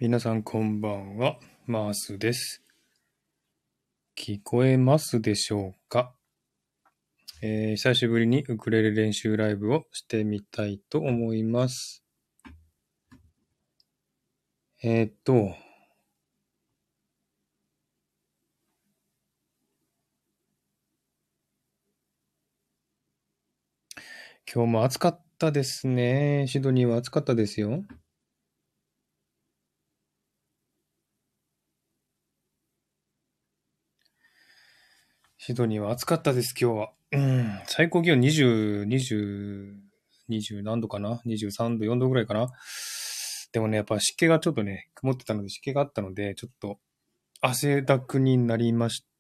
皆さんこんばんは、マースです。聞こえますでしょうか？久しぶりにウクレレ練習ライブをしてみたいと思います。えーっと、今日も暑かったですね。シドニーは暑かったですよ。シドニーは暑かったです、今日は。最高気温20何度かな？ 23 度、4度ぐらいかな？でもね、やっぱ湿気がちょっとね、曇ってたので湿気があったので、ちょっと汗だくになりました。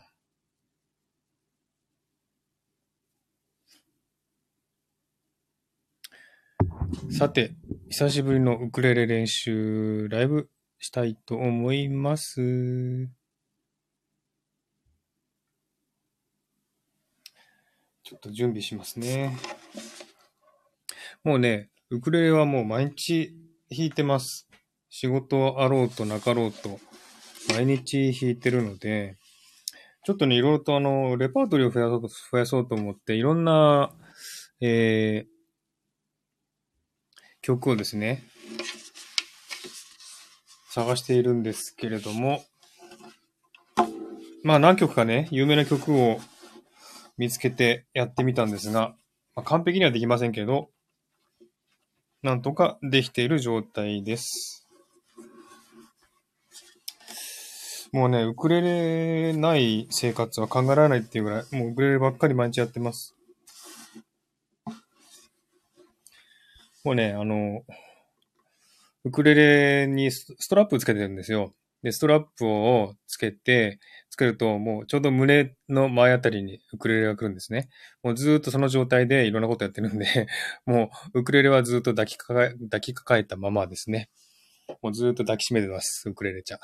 さて、久しぶりのウクレレ練習ライブしたいと思います。ちょっと準備しますね。もうね、ウクレレはもう毎日弾いてます。仕事あろうとなかろうと毎日弾いてるので、ちょっとね、いろいろとレパートリーを増やそうと思って、いろんな、曲をですね、探しているんですけれども、まあ何曲かね、有名な曲を見つけてやってみたんですが、完璧にはできませんけど、なんとかできている状態です。もうね、ウクレレない生活は考えられないっていうぐらい、もうウクレレばっかり毎日やってます。もうね、ウクレレにストラップつけてるんですよ。で、ストラップをつけると、もうちょうど胸の前あたりにウクレレが来るんですね。もうずーっとその状態でいろんなことやってるんで、もうウクレレはずっと抱きかかえたままですね。もうずーっと抱きしめてます、ウクレレちゃん。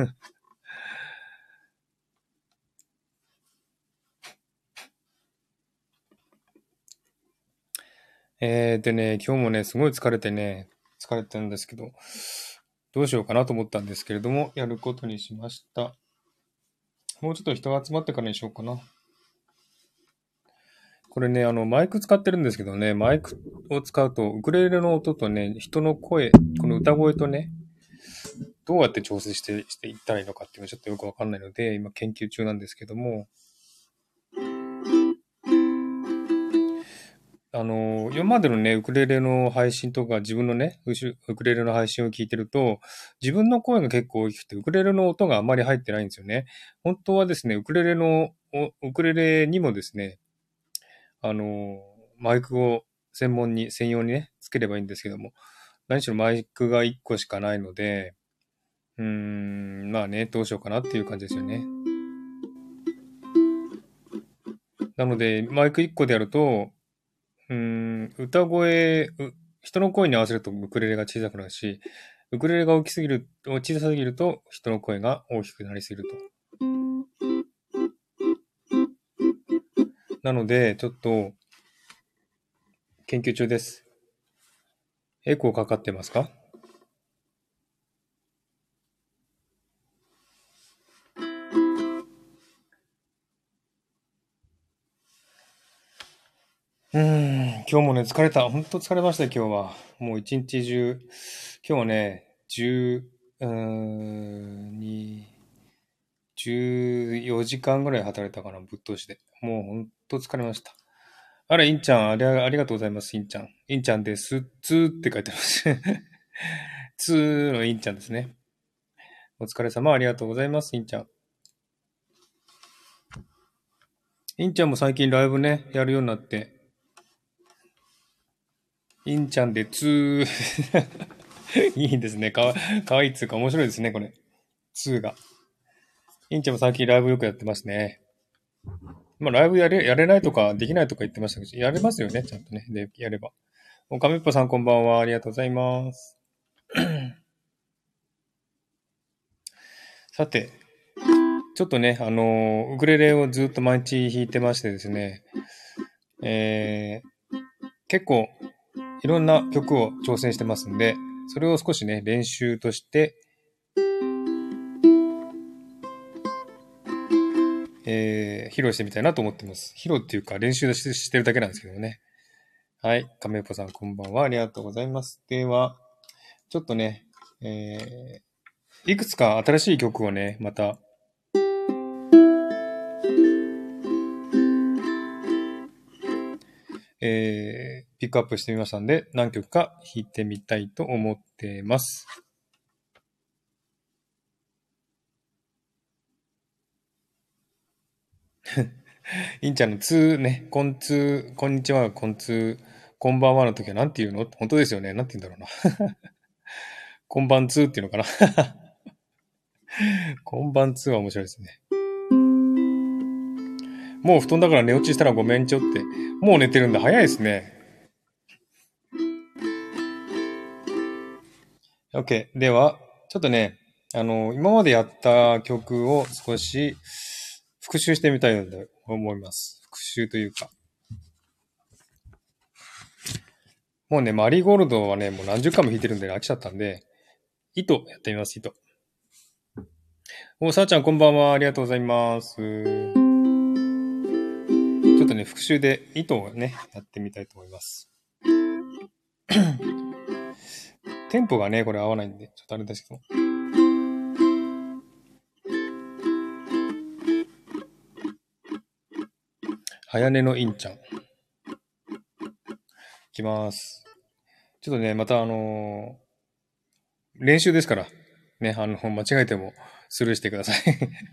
でね、今日もね、すごい疲れてるんですけど、どうしようかなと思ったんですけれども、やることにしました。もうちょっと人が集まってからにしようかな。これね、マイク使ってるんですけどね、マイクを使うと、ウクレレの音とね、人の声、この歌声とね、どうやって調整していったらいいのかっていうのはちょっとよくわかんないので、今研究中なんですけども、今までのね、ウクレレの配信とか、自分のね、ウクレレの配信を聞いてると、自分の声が結構大きくて、ウクレレの音があまり入ってないんですよね。本当はですね、ウクレレにもですね、マイクを専用にね、つければいいんですけども、何しろマイクが1個しかないので、まあね、どうしようかなっていう感じですよね。なので、マイク1個でやると、人の声に合わせるとウクレレが小さくなるし、ウクレレが小さすぎると人の声が大きくなりすぎると。なので、ちょっと研究中です。エコーかかってますか？今日もね、疲れた。本当疲れました、今日は。もう一日中。今日はね、14時間ぐらい働いたかな、ぶっ通しで。もう本当疲れました。あれ、インちゃん、ありがとうございます、インちゃん。インちゃんです。つーって書いてます。つーのインちゃんですね。お疲れ様、ありがとうございます、インちゃん。インちゃんも最近ライブね、やるようになって。インちゃんでつー。いいですね。かわいいっつうか面白いですね、これ。2が。インちゃんも最近ライブよくやってますね。まあ、ライブやれないとか、できないとか言ってましたけど、やれますよね、ちゃんとね。で、やれば。おかみっぽさんこんばんは。ありがとうございます。さて、ちょっとね、ウクレレをずっと毎日弾いてましてですね、結構、いろんな曲を挑戦してますんで、 それを少しね、練習として、披露してみたいなと思ってます。披露っていうか練習してるだけなんですけどね。はい。亀ぽさんこんばんは。ありがとうございます。では、ちょっとね、いくつか新しい曲をね、また、ピックアップしてみましたんで、何曲か弾いてみたいと思ってます。インちゃんの2ね、こんにちは、こんばんはの時はなんて言うの本当ですよね。なんて言うんだろうな。こんばん2っていうのかな。こんばん2は面白いですね。もう布団だから寝落ちしたらごめんちょって。もう寝てるんだ。早いですね。OK。では、ちょっとね、今までやった曲を少し復習してみたいと思います。復習というか。もうね、マリーゴールドはね、もう何十回も弾いてるんで飽きちゃったんで、糸やってみます、糸。さあちゃんこんばんは。ありがとうございます。ちょっとね、復習で糸をね、やってみたいと思います。テンポがね、これ合わないんで、ちょっとあれですけど。早寝のインちゃん。いきます。ちょっとね、また練習ですから、ね、間違えてもスルーしてください。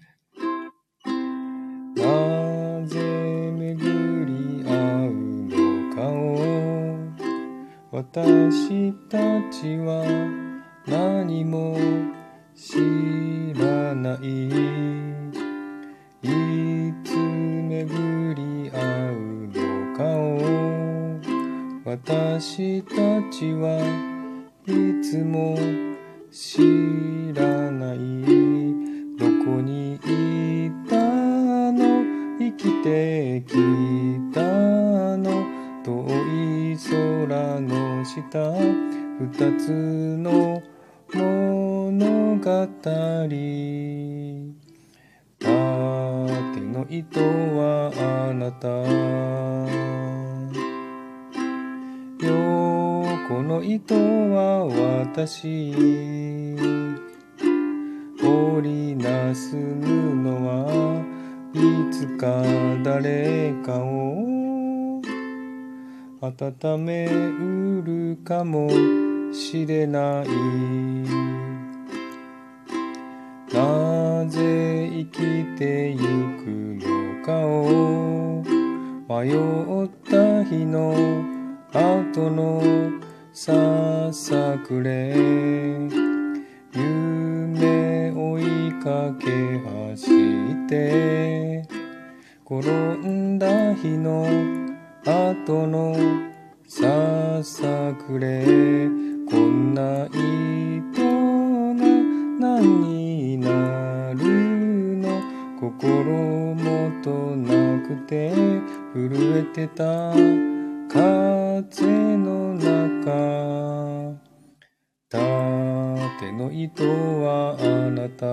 なぜ巡り合うのかを私たちは何も知らない。いつ巡り合うのかを私たちはいつも知らない。どこにいたの生きてきたの遠い空の下二つの物語。縦の糸はあなた、横の糸は私。織りなす布はいつか誰かを温めうるかもしれない。なぜ生きてゆくのかを迷った日の後のささくれ。夢追いかけ走って転んだ日の後のささくれ。こんな糸が何になるの。心もとなくて震えてた風の中。縦の糸はあなた、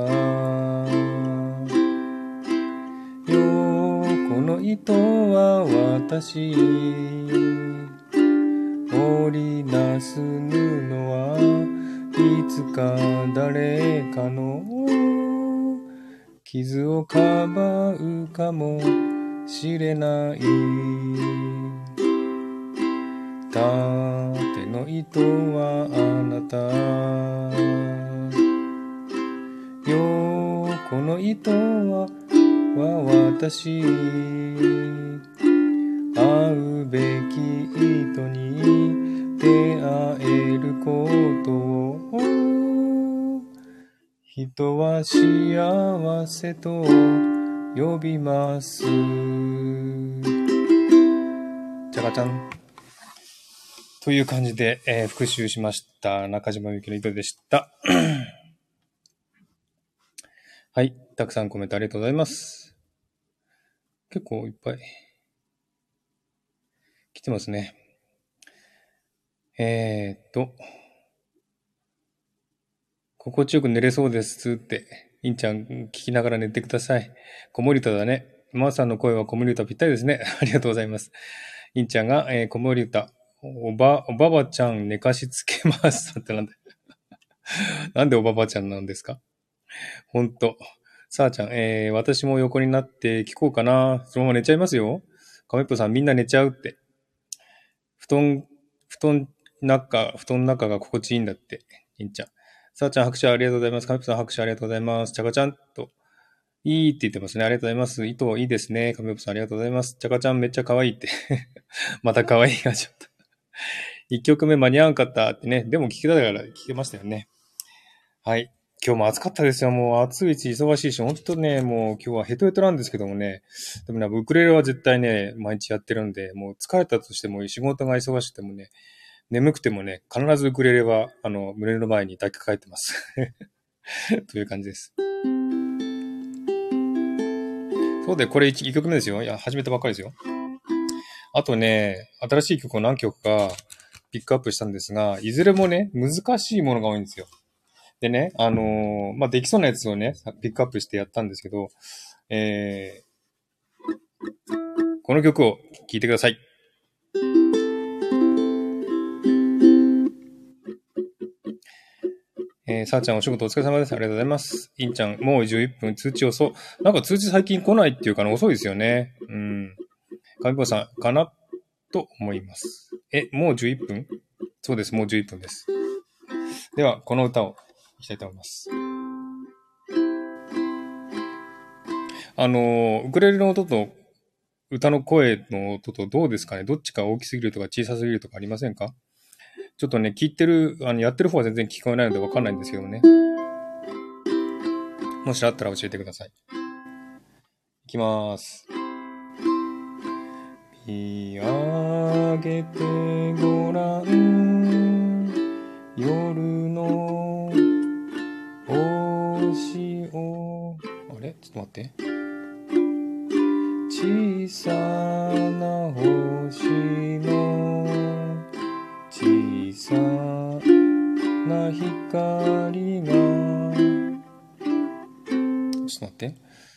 横の糸は私。織りなす布はいつか誰かの傷をかばうかもしれない。縦の糸はあなた、横の糸は私。会うべき人に出会えることを人は幸せと呼びます。じゃがちゃんという感じで、復習しました。中島みゆきの糸でした。はい。たくさんコメントありがとうございます。結構いっぱい来てますね。 心地よく寝れそうですって。インちゃん、聞きながら寝てください。子守歌だね。マーさんの声は子守歌ぴったりですね。ありがとうございます。インちゃんが、子守歌。おばばちゃん寝かしつけますってなんで、なんでおばばちゃんなんですか？ほんと。さあちゃん、私も横になって聞こうかな。そのまま寝ちゃいますよ。カメップさんみんな寝ちゃうって。布団、布団の中が心地いいんだって。インちゃん。さあちゃん拍手ありがとうございます。カメップさん拍手ありがとうございます。チャカちゃんと、いいって言ってますね。ありがとうございます。糸いいですね。カメップさんありがとうございます。チャカちゃんめっちゃ可愛いって。また可愛いがちょっと。一曲目間に合わんかったってね。でも聞けたから聞けましたよね。はい。今日も暑かったですよ。もう暑いうち忙しいし、ほんとね、もう今日はヘトヘトなんですけどもね。でもね、ウクレレは絶対ね、毎日やってるんで、もう疲れたとしても仕事が忙しくてもね、眠くてもね、必ずウクレレは、胸の前に抱きかかえてます。という感じです。そうで、これ1曲目ですよ。いや、始めたばっかりですよ。あとね、新しい曲を何曲かピックアップしたんですが、いずれもね、難しいものが多いんですよ。でね、できそうなやつをね、ピックアップしてやったんですけど、えこの曲を聴いてください。さあちゃんお仕事お疲れ様です。ありがとうございます。インちゃん、もう11分、通知遅。なんか通知最近来ないっていうかな、遅いですよね。うん。かみこさん、かなと思います。もう11分？そうです、もう11分です。では、この歌をいきたいと思います。ウクレレの音と歌の声の音とどうですかね？どっちか大きすぎるとか小さすぎるとかありませんか？ちょっとね、聞いてる、やってる方は全然聞こえないのでわかんないんですけどね。もしあったら教えてください。いきまーす。見上げてごらん、夜の星を。あれ？ちょっと待って。小さな星の小さな光が。ちょっと待って。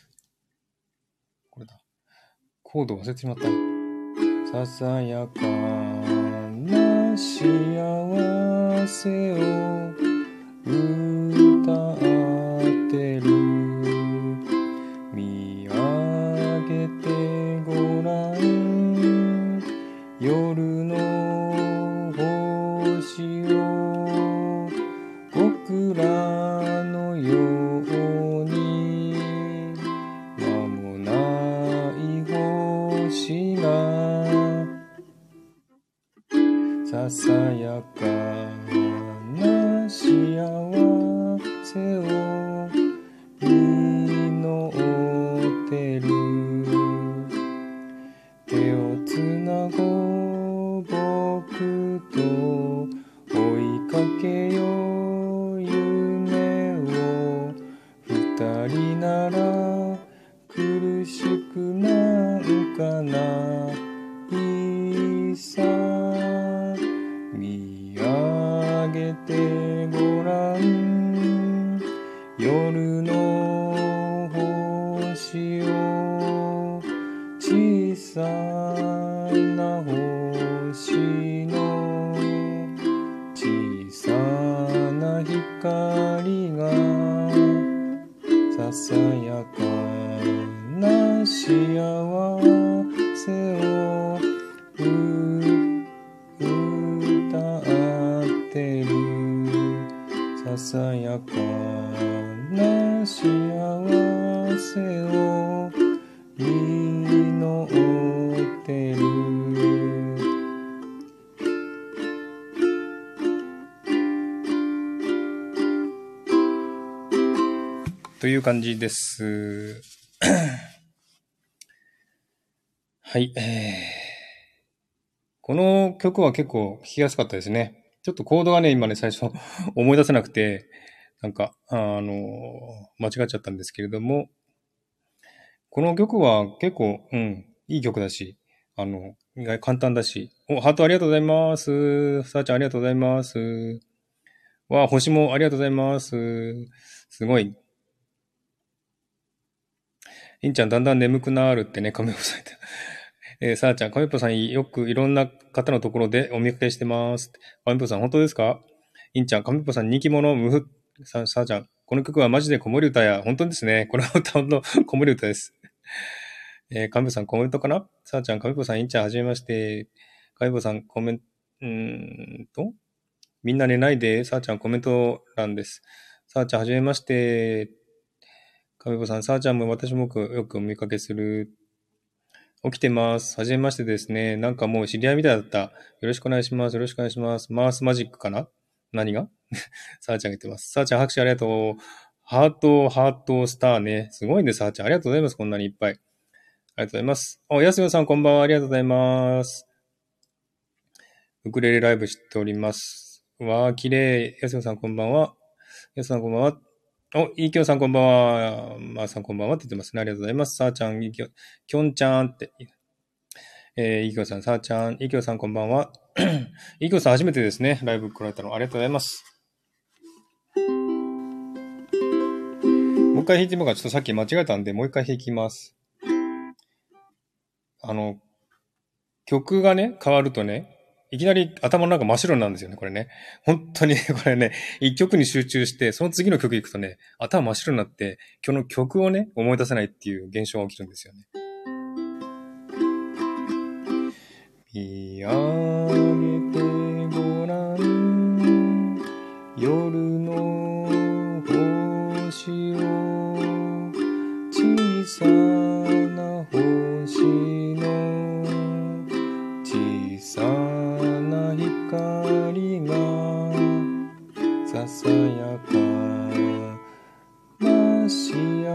これだ。コード忘れてしまった。ささやかな幸せを歌ってる。見上げてごらん、夜の星を僕らのように名もない星がささやかな幸せを祈ってる。手をつなごう僕と追いかけよう夢を。二人なら苦しくなんかないさ。見上げてごらん、夜の星を。小さな星の小さな光がささやかな幸せを歌ってる。ささやかな幸せを祈ってる。という感じです。はい、この曲は結構聴きやすかったですね。ちょっとコードがね、今ね、最初思い出せなくて、なんか、間違っちゃったんですけれども、この曲は結構、いい曲だし、意外簡単だし。ハートありがとうございます。さあちゃんありがとうございます。 わあ、星もありがとうございます。すごい。いんちゃん、だんだん眠くなるってね、亀子さん言って。さあちゃん、亀子さん、よくいろんな方のところでお見かけしてます。亀子さん、本当ですか？いんちゃん、亀子さん、人気者、無ふ、さあちゃん、この曲はマジで子守歌や、本当ですね。この歌の子守歌です。亀子さん、コメントかな？さあちゃん、亀子さん、いんちゃん、はじめまして。亀子さん、コメント、みんな寝ないで、さあちゃん、コメント欄です。さあちゃん、はじめまして。亀子さん、さあちゃんも私もよくお見かけする。起きてます。はじめましてですね。なんかもう知り合いみたいだった。よろしくお願いします。よろしくお願いします。マースマジックかな？何がさあちゃんが言ってます。さあちゃん拍手ありがとう。ハート、スターね。すごいね、さあちゃん。ありがとうございます。こんなにいっぱい。ありがとうございます。やすよさんこんばんは。ありがとうございます。ウクレレライブしております。わー、綺麗。やすよさんこんばんは。やすさんこんばんは。いきょうさんこんばんは。まーさんこんばんはって言ってますね。ありがとうございます。さあちゃん、きょんちゃんって。いきょうさん、さあちゃん、いきょうさんこんばんは。いきょうさん初めてですね。ライブ来られたの。ありがとうございます。もう一回弾いてみようか。ちょっとさっき間違えたんで、もう一回弾きます。あの、曲がね、変わるとね、いきなり頭の中真っ白なんですよね、これね。本当にね、これね、一曲に集中して、その次の曲行くとね、頭真っ白になって、今日の曲をね、思い出せないっていう現象が起きるんですよね。見上げてごらん、夜の星を、小さな星の小さな光がささやかな幸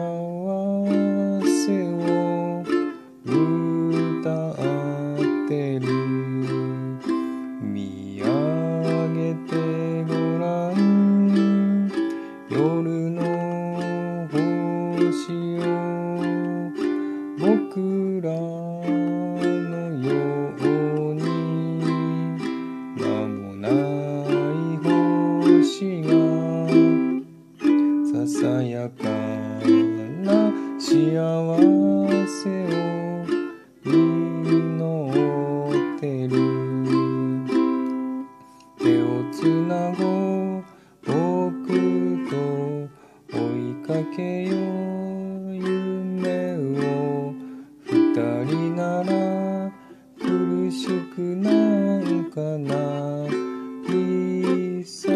せを歌ってる。見上げてごらん、夜の星を、僕らのように名もない星がささやかな幸せを祈ってる。手をつなごう、僕と追いかけよう夢を。二人なら苦しくなんかないさ。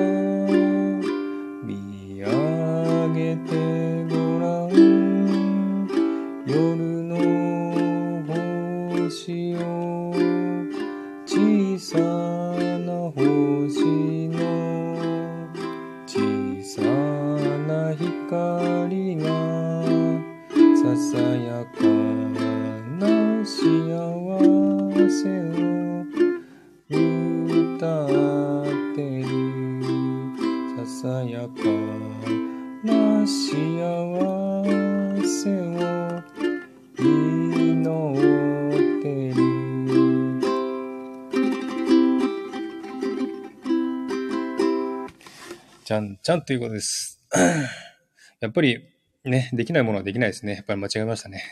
見上げてごらん、夜の星を、小さな星の小さな光がささやかな幸せを歌ってる。ささやかな幸せを祈ってる。じゃんじゃんということです。やっぱりね、できないものはできないですね。やっぱり間違えましたね。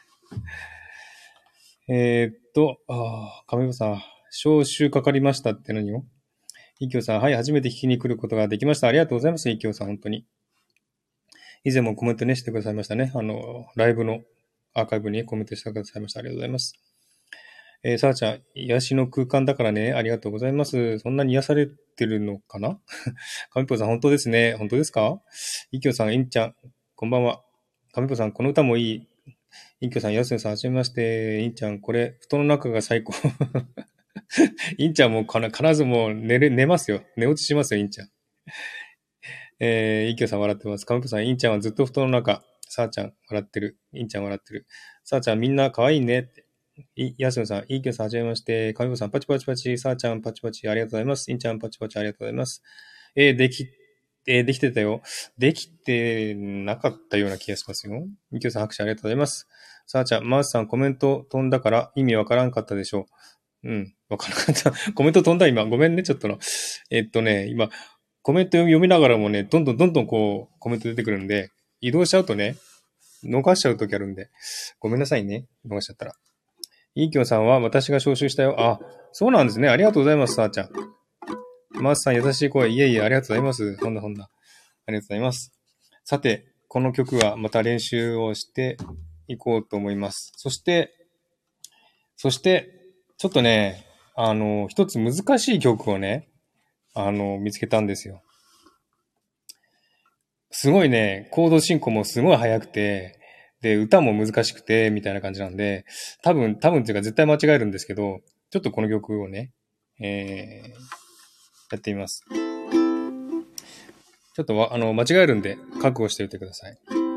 亀尾さん、招集かかりましたって何を？いきょうさん、はい、初めて聞きに来ることができました。ありがとうございます、いきょうさん、本当に。以前もコメントね、してくださいましたね。ライブのアーカイブにコメントしてくださいました。ありがとうございます。さあちゃん、癒しの空間だからね、ありがとうございます。そんなに癒されてるのかな？亀ぽさん、本当ですね。本当ですか？いきょうさん、いんちゃん、こんばんは。亀ぽさん、この歌もいい。いきょうさん、やすよさん、はじめまして。いんちゃん、これ、布団の中が最高。いんちゃんも必ずもう寝ますよ。寝落ちしますよ、いんちゃん。いきょうさん笑ってます。かむこさん、いんちゃんはずっと布団の中。さあちゃん笑ってる。いんちゃん笑ってる。さあちゃんみんな可愛いねって。やすのさん、いきょうさんはじめまして。かむこさんパチパチパチ。さあちゃんパチパチありがとうございます。いんちゃんパチパチありがとうございます。できてたよ。できてなかったような気がしますよ。いきょうさん拍手ありがとうございます。さあちゃん、マースさんコメント飛んだから意味わからんかったでしょう。わからなかった。コメント飛んだ今。ごめんね、ちょっとの。今、 コメント読みながらもね、どんどんこう、コメント出てくるんで、移動しちゃうとね、逃しちゃうときあるんで、ごめんなさいね。逃しちゃったら。いいきょうさんは私が招集したよ。あ、そうなんですね。ありがとうございます、さあちゃん。マースさん優しい声。いえいえ、ありがとうございます。ほんだ。ありがとうございます。さて、この曲はまた練習をしていこうと思います。そして、ちょっとね、一つ難しい曲をね、見つけたんですよ。すごいね、コード進行もすごい速くて、で、歌も難しくて、みたいな感じなんで、多分っていうか絶対間違えるんですけど、ちょっとこの曲をね、やってみます。ちょっと間違えるんで、覚悟しておいてください。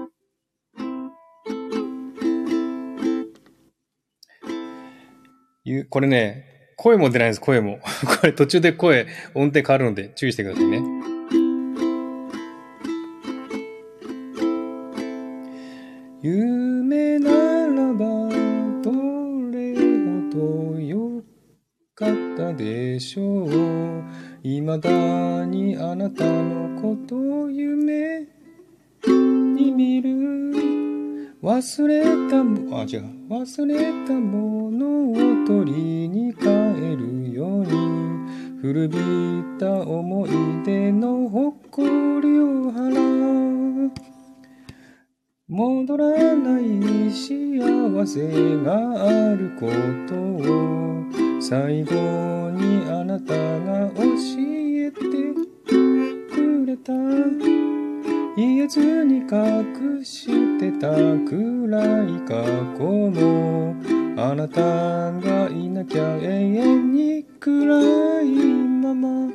これね、声も出ないです、声も。これ途中で音程変わるので注意してくださいね。夢ならばどれほどよかったでしょう。未だにあなたのことを夢に見る。忘れたものを取りに帰るように、古びた思い出の誇りを払う。戻らない幸せがあることを最後にあなたが教えてくれた。言えずに隠してた暗い過去も、あなたがいなきゃ永遠に暗いまま。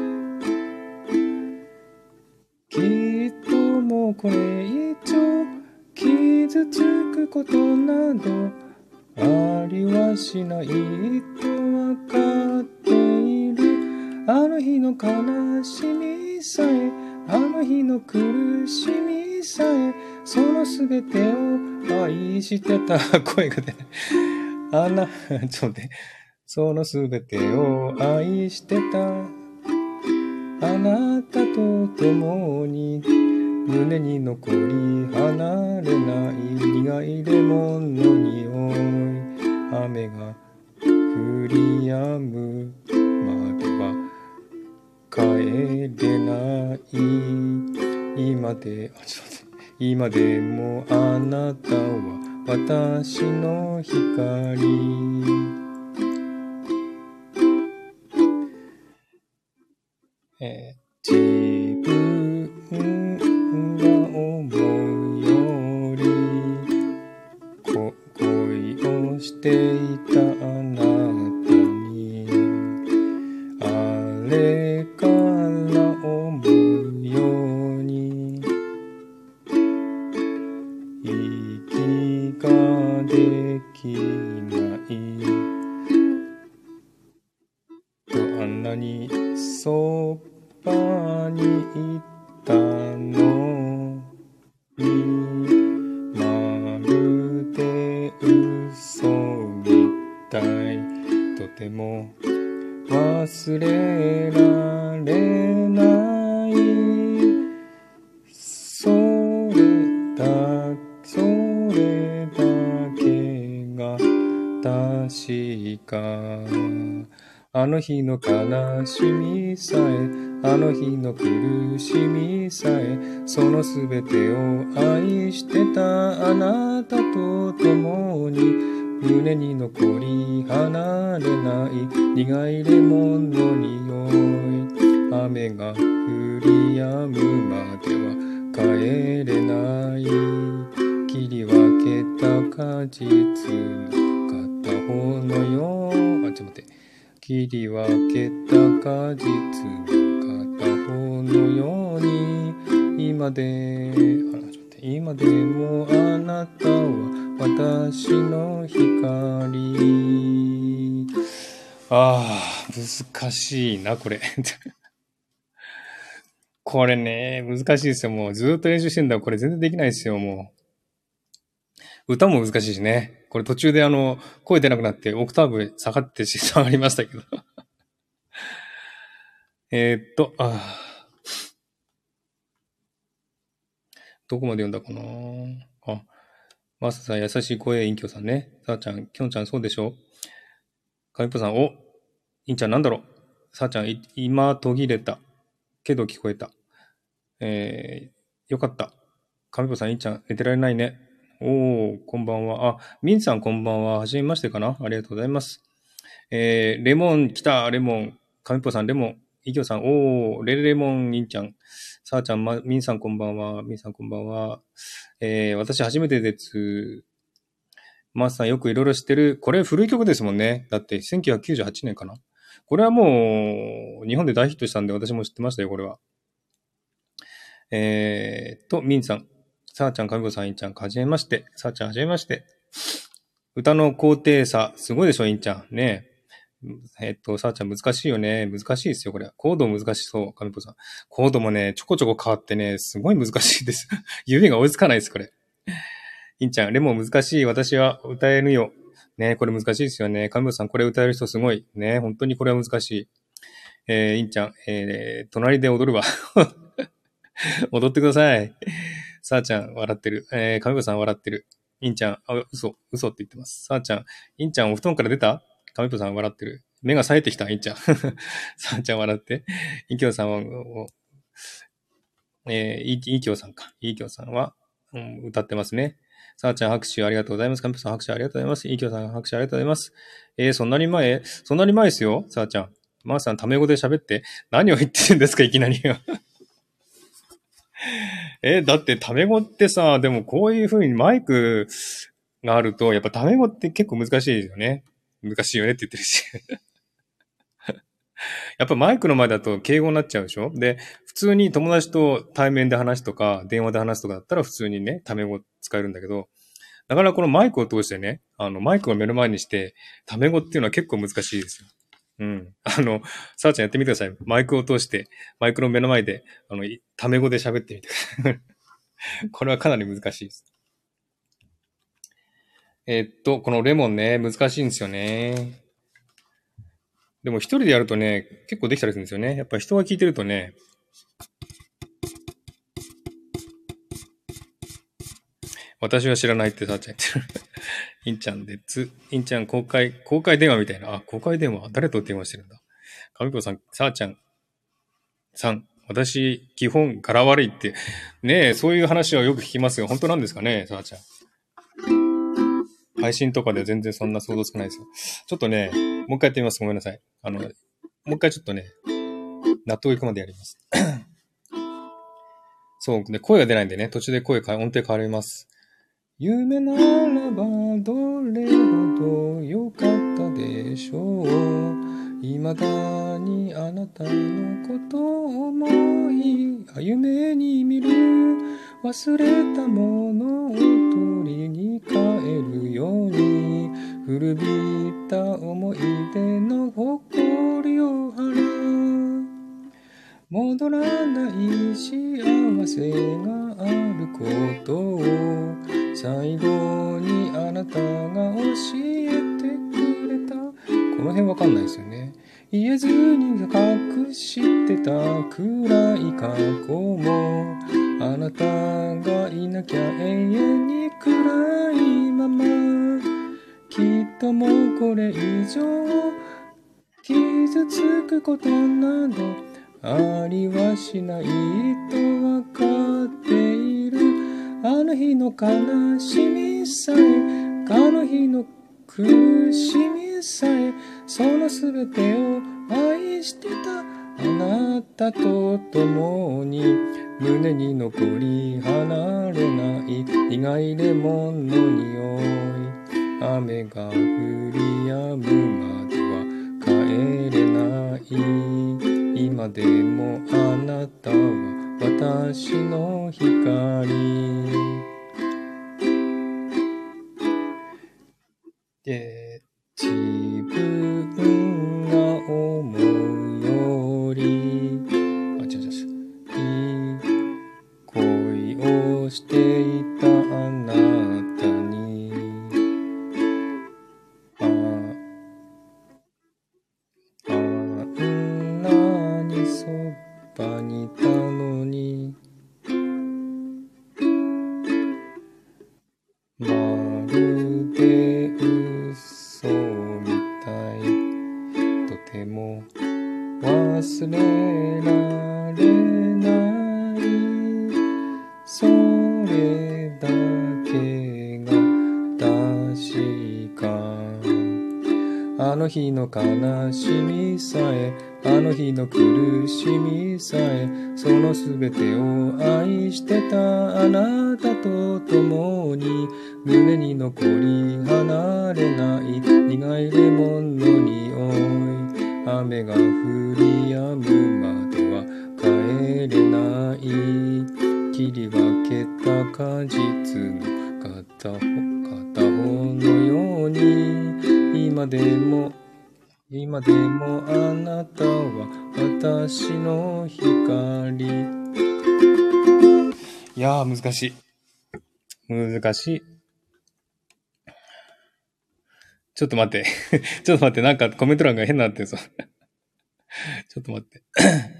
きっともうこれ以上傷つくことなどありはしないとわかっている。あの日の悲しみさえ、あの日の苦しみさえ、そのすべてを愛してた。声が出ない。ちょっと待って。そのすべてを愛してた。あなたと共に胸に残り離れない苦いレモンの匂い。雨が降り止むまでは帰れない。今でもあなたは私の光。自分が思うより恋をしていたあなたに、あれから思うように息ができないとあんなにそばにいたのに、まるで嘘みたい。とても忘れられない。それだけが確か。あの日の悲しみさえ、あの日の苦しみさえ、そのすべてを愛してたあなたと共に胸に残り離れない苦いレモンの匂い。雨が降り止むまでは帰れない。切り分けた果実の片方のよう。ちょっと待って。切り分けた果実の片方のように、今でもあなたは私の光。難しいなこれ。これね、難しいですよ。もうずっと練習してんだ。これ全然できないですよ。もう歌も難しいしね。これ途中で声出なくなってオクターブ下がりましたけど。 どこまで読んだかなあ、マスターさん、優しい声、インキョさんね。さあちゃん、キョンちゃん、そうでしょカミポさん、お、インちゃん、なんだろう。さあちゃん、今途切れた。けど聞こえた。よかった。カミポさん、インちゃん、寝てられないね。おー、こんばんは。あ、ミンさん、こんばんは。はじめましてかなありがとうございます。レモン、来た、レモン。カミポさん、レモン。イキョさん、おー、レモン、インちゃん。さあちゃん、ミンさん、こんばんは。ミンさん、こんばんは。私、初めてです。マースさん、よくいろいろ知ってる。これ、古い曲ですもんね。だって、1998年かな。これはもう、日本で大ヒットしたんで、私も知ってましたよ、これは。ミンさん。さあちゃん、かみこさん、インちゃん、はじめまして。さあちゃん、はじめまして。歌の高低差、すごいでしょ、インちゃん。ねさあちゃん難しいよね。難しいですよ、これ。コード難しそう、かみこさん。コードもね、ちょこちょこ変わってね、すごい難しいです。指が追いつかないです、これ。インちゃん、レモン難しい。私は歌えるよ。ねこれ難しいですよね。かみこさん、これ歌える人すごい。ね本当にこれは難しい。インちゃん、隣で踊るわ。踊ってください。さあちゃん、笑ってる。かみこさん笑ってる。インちゃん、嘘って言ってます。さあちゃん、インちゃんお布団から出たかみこさん笑ってる。目が冴えてきた、インちゃん。さあちゃん笑って。インキョウさんは、イーキョウさんか。イーキョウさんは、歌ってますね。さあちゃん拍手ありがとうございます。かみこさん拍手ありがとうございます。イーキョウさん拍手ありがとうございます。そんなに前ですよ。さあちゃん。マーさん、タメ語で喋って。何を言ってるんですか、いきなり。だってタメ語ってさ、でもこういう風にマイクがあると、やっぱタメ語って結構難しいですよね。難しいよねって言ってるし。やっぱマイクの前だと敬語になっちゃうでしょで、普通に友達と対面で話すとか、電話で話すとかだったら普通にね、タメ語使えるんだけど、だからこのマイクを通してね、マイクを目の前にして、タメ語っていうのは結構難しいですよ。うん。さあちゃんやってみてください。マイクを通して、マイクの目の前で、タメ語で喋ってみてください。これはかなり難しいです。このレモンね、難しいんですよね。でも一人でやるとね、結構できたりするんですよね。やっぱ人が聞いてるとね、私は知らないってさっちゃん言ってる。インちゃんでインちゃん公開電話みたいな。あ、公開電話誰と電話してるんだ。かみこさん、さあちゃんさん、私、基本柄悪いって。ねえ、そういう話はよく聞きますよ。本当なんですかね、さあちゃん。配信とかで全然そんな想像つかないですよ。ちょっとね、もう一回やってみます。ごめんなさい。もう一回ちょっとね、納得いくまでやります。そう、ね、声が出ないんでね、途中で音程変わります。夢ならばどれほど良かったでしょう。未だにあなたのことを思い、夢に見る忘れたものを取りに帰るように、古びた思い出の誇りを払う。戻らない幸せがあることを最後にあなたが教えてくれた。この辺わかんないですよね。言えずに隠してた暗い過去もあなたがいなきゃ永遠に暗いまま。きっともうこれ以上傷つくことなどありはしないとわかっている。あの日の悲しみさえ、あの日の苦しみさえ、そのすべてを愛してたあなたと共に胸に残り離れない苦いレモンの匂い。雨が降り止むまでは帰れない。今でもあなたは私の光。自分が思うよりいい恋をしていたあなたにあんなにそばにいたのに日の悲しみさえ、あの日の苦しみさえ、そのすべてを愛してたあなたと共に、胸に残り離れない苦いレモンの匂い。雨が降り止むまでは帰れない。切り分けた果実の片方のように、今でもあなたは私の光。いやー難しい。ちょっと待って、なんかコメント欄が変になってるぞ。ちょっと待って。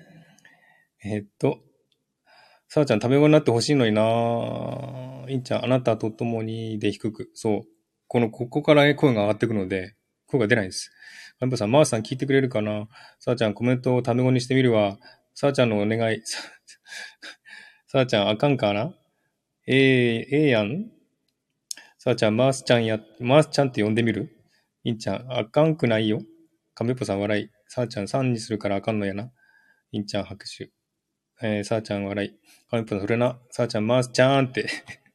さあちゃん食べ物になってほしいのにないんちゃん、あなたと共にで低く。そう。ここから声が上がってくるので、声が出ないんです。マンボさん、マースさん聞いてくれるかな。さあちゃんコメントをタメ語にしてみるわ。さあちゃんのお願い。さあちゃんあかんかな。やん。さあちゃん、マースちゃんって呼んでみる。いんちゃん、あかんくないよ。カメポさん笑い。さあちゃん3にするからあかんのやな。いんちゃん拍手。さあちゃん笑い。カメポさんそれな。さあちゃん、マースちゃんって。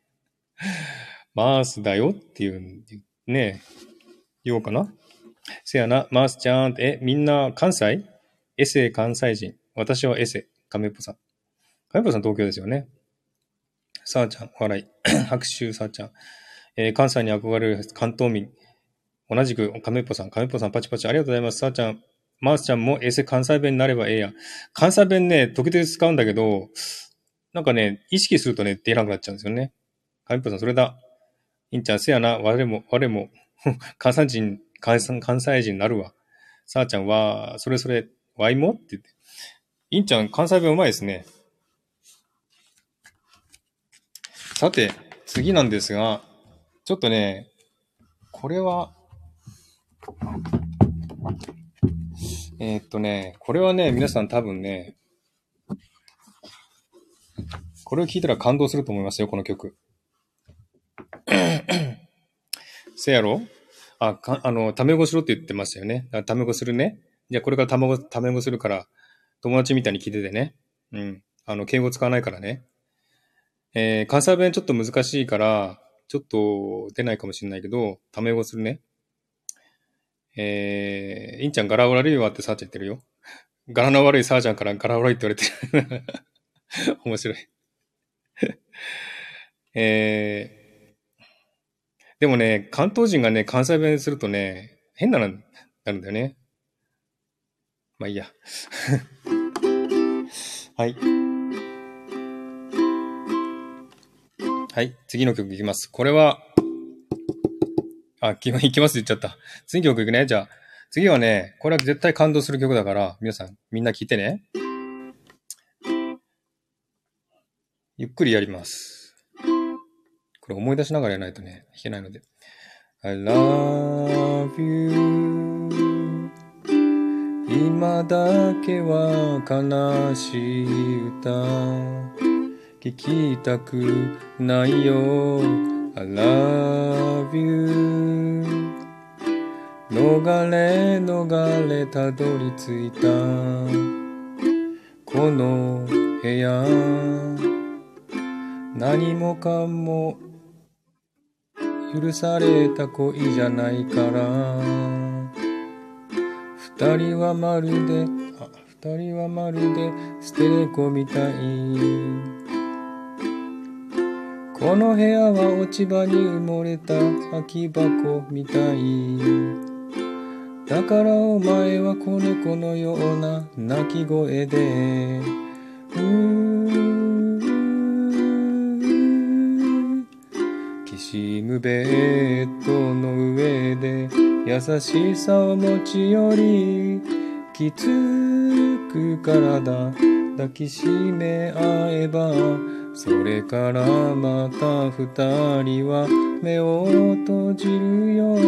マースだよっていう、ね言おうかな。せやな、マースちゃんって、みんな関西？エセ関西人。私はエセ。カメポさん。カメポさん東京ですよね。さあちゃん、笑い。拍手、さあちゃん。関西に憧れる関東民。同じく、カメポさんパチパチありがとうございます。さあちゃん、マースちゃんもエセ関西弁になればええやん。関西弁ね、時々使うんだけど、なんかね、意識するとね、出なくなっちゃうんですよね。カメポさん、それだ。いんちゃん、せやな、我も、関西人になるわ。さあちゃんは、それ、わいもって言って。いんちゃん、関西弁うまいですね。さて、次なんですが、ちょっとね、これは、これはね、皆さん多分ね、これを聞いたら感動すると思いますよ、この曲。せやろタメ語しろって言ってましたよね。だからタメ語するね。じゃあこれからタメ語するから、友達みたいに聞いててね。うん。敬語使わないからね。関西弁ちょっと難しいから、ちょっと出ないかもしれないけど、タメ語するね。いんちゃん柄悪いわってさーちゃん言ってるよ。柄の悪いさーちゃんから柄悪いって言われてる。面白い。でもね、関東人がね、関西弁するとね、変なのになるんだよね。まあいいや。はい。はい。次の曲いきます。これは、いきますって言っちゃった。次の曲いくね。じゃあ、次はね、これは絶対感動する曲だから、皆さん、みんな聞いてね。ゆっくりやります。これ思い出しながらやらないとね、弾けないので。I love you 今だけは悲しい歌聞きたくないよ I love you 逃れたどり着いたこの部屋何もかも許された恋じゃないから二人はまるで捨て猫みたいこの部屋は落ち葉に埋もれた空き箱みたいだからお前は子猫のような鳴き声できしむベッドの上で優しさを持ち寄りきつく体抱きしめ合えばそれからまた二人は目を閉じるよ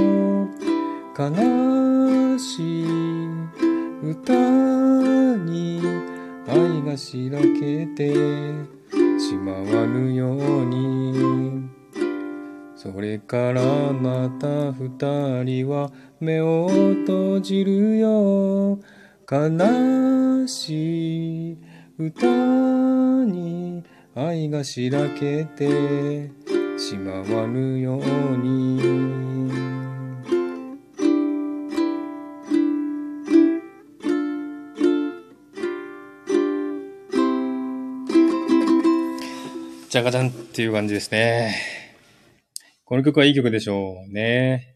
悲しい歌に愛がしらけてしまわぬようにそれからまた二人は目を閉じるよ。悲しい歌に愛がしらけてしまわぬように。じゃがじゃんっていう感じですね。この曲はいい曲でしょうね。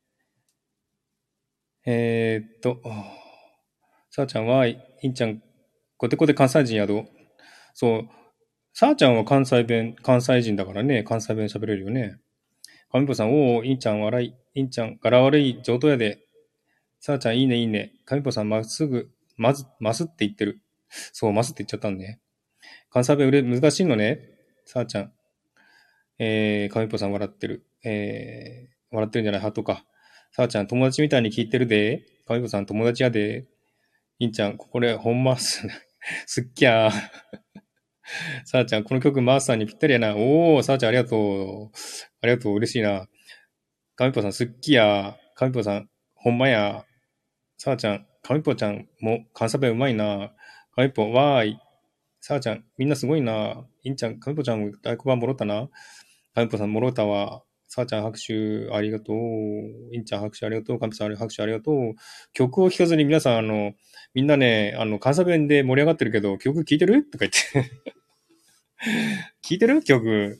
さあちゃんは、いんちゃん、コテコテ関西人やど。そう、さあちゃんは関西人だからね、関西弁喋れるよね。かみぽさん、おー、いんちゃん笑い、いんちゃん、柄悪い上等やで。さあちゃん、いいね、いいね。かみぽさん、まっすぐ、ますって言ってる。そう、ますって言っちゃったんね。関西弁難しいのね。さあちゃん。かみぽさん笑ってる。笑ってるんじゃないハートか。さあちゃん、友達みたいに聞いてるで。かみぽさん、友達やで。いんちゃん、これ、ほんます。すっきゃー。さあちゃん、この曲、マースさんにぴったりやな。おー、さあちゃん、ありがとう。ありがとう、嬉しいな。かみぽさん、すっきや。かみぽさん、ほんまや。さあちゃん、かみぽちゃんも関西弁うまいな。かみぽ、わーい。さあちゃん、みんなすごいな。いんちゃん、かみぽちゃんも大黒板もろったな。かみぽさんもろたわ。さあちゃん拍手ありがとう。いんちゃん拍手ありがとう。かみぽさん拍手ありがとう。曲を聴かずに皆さん、みんなね、関西弁で盛り上がってるけど、曲聴いてるとか言って。聴いてる曲。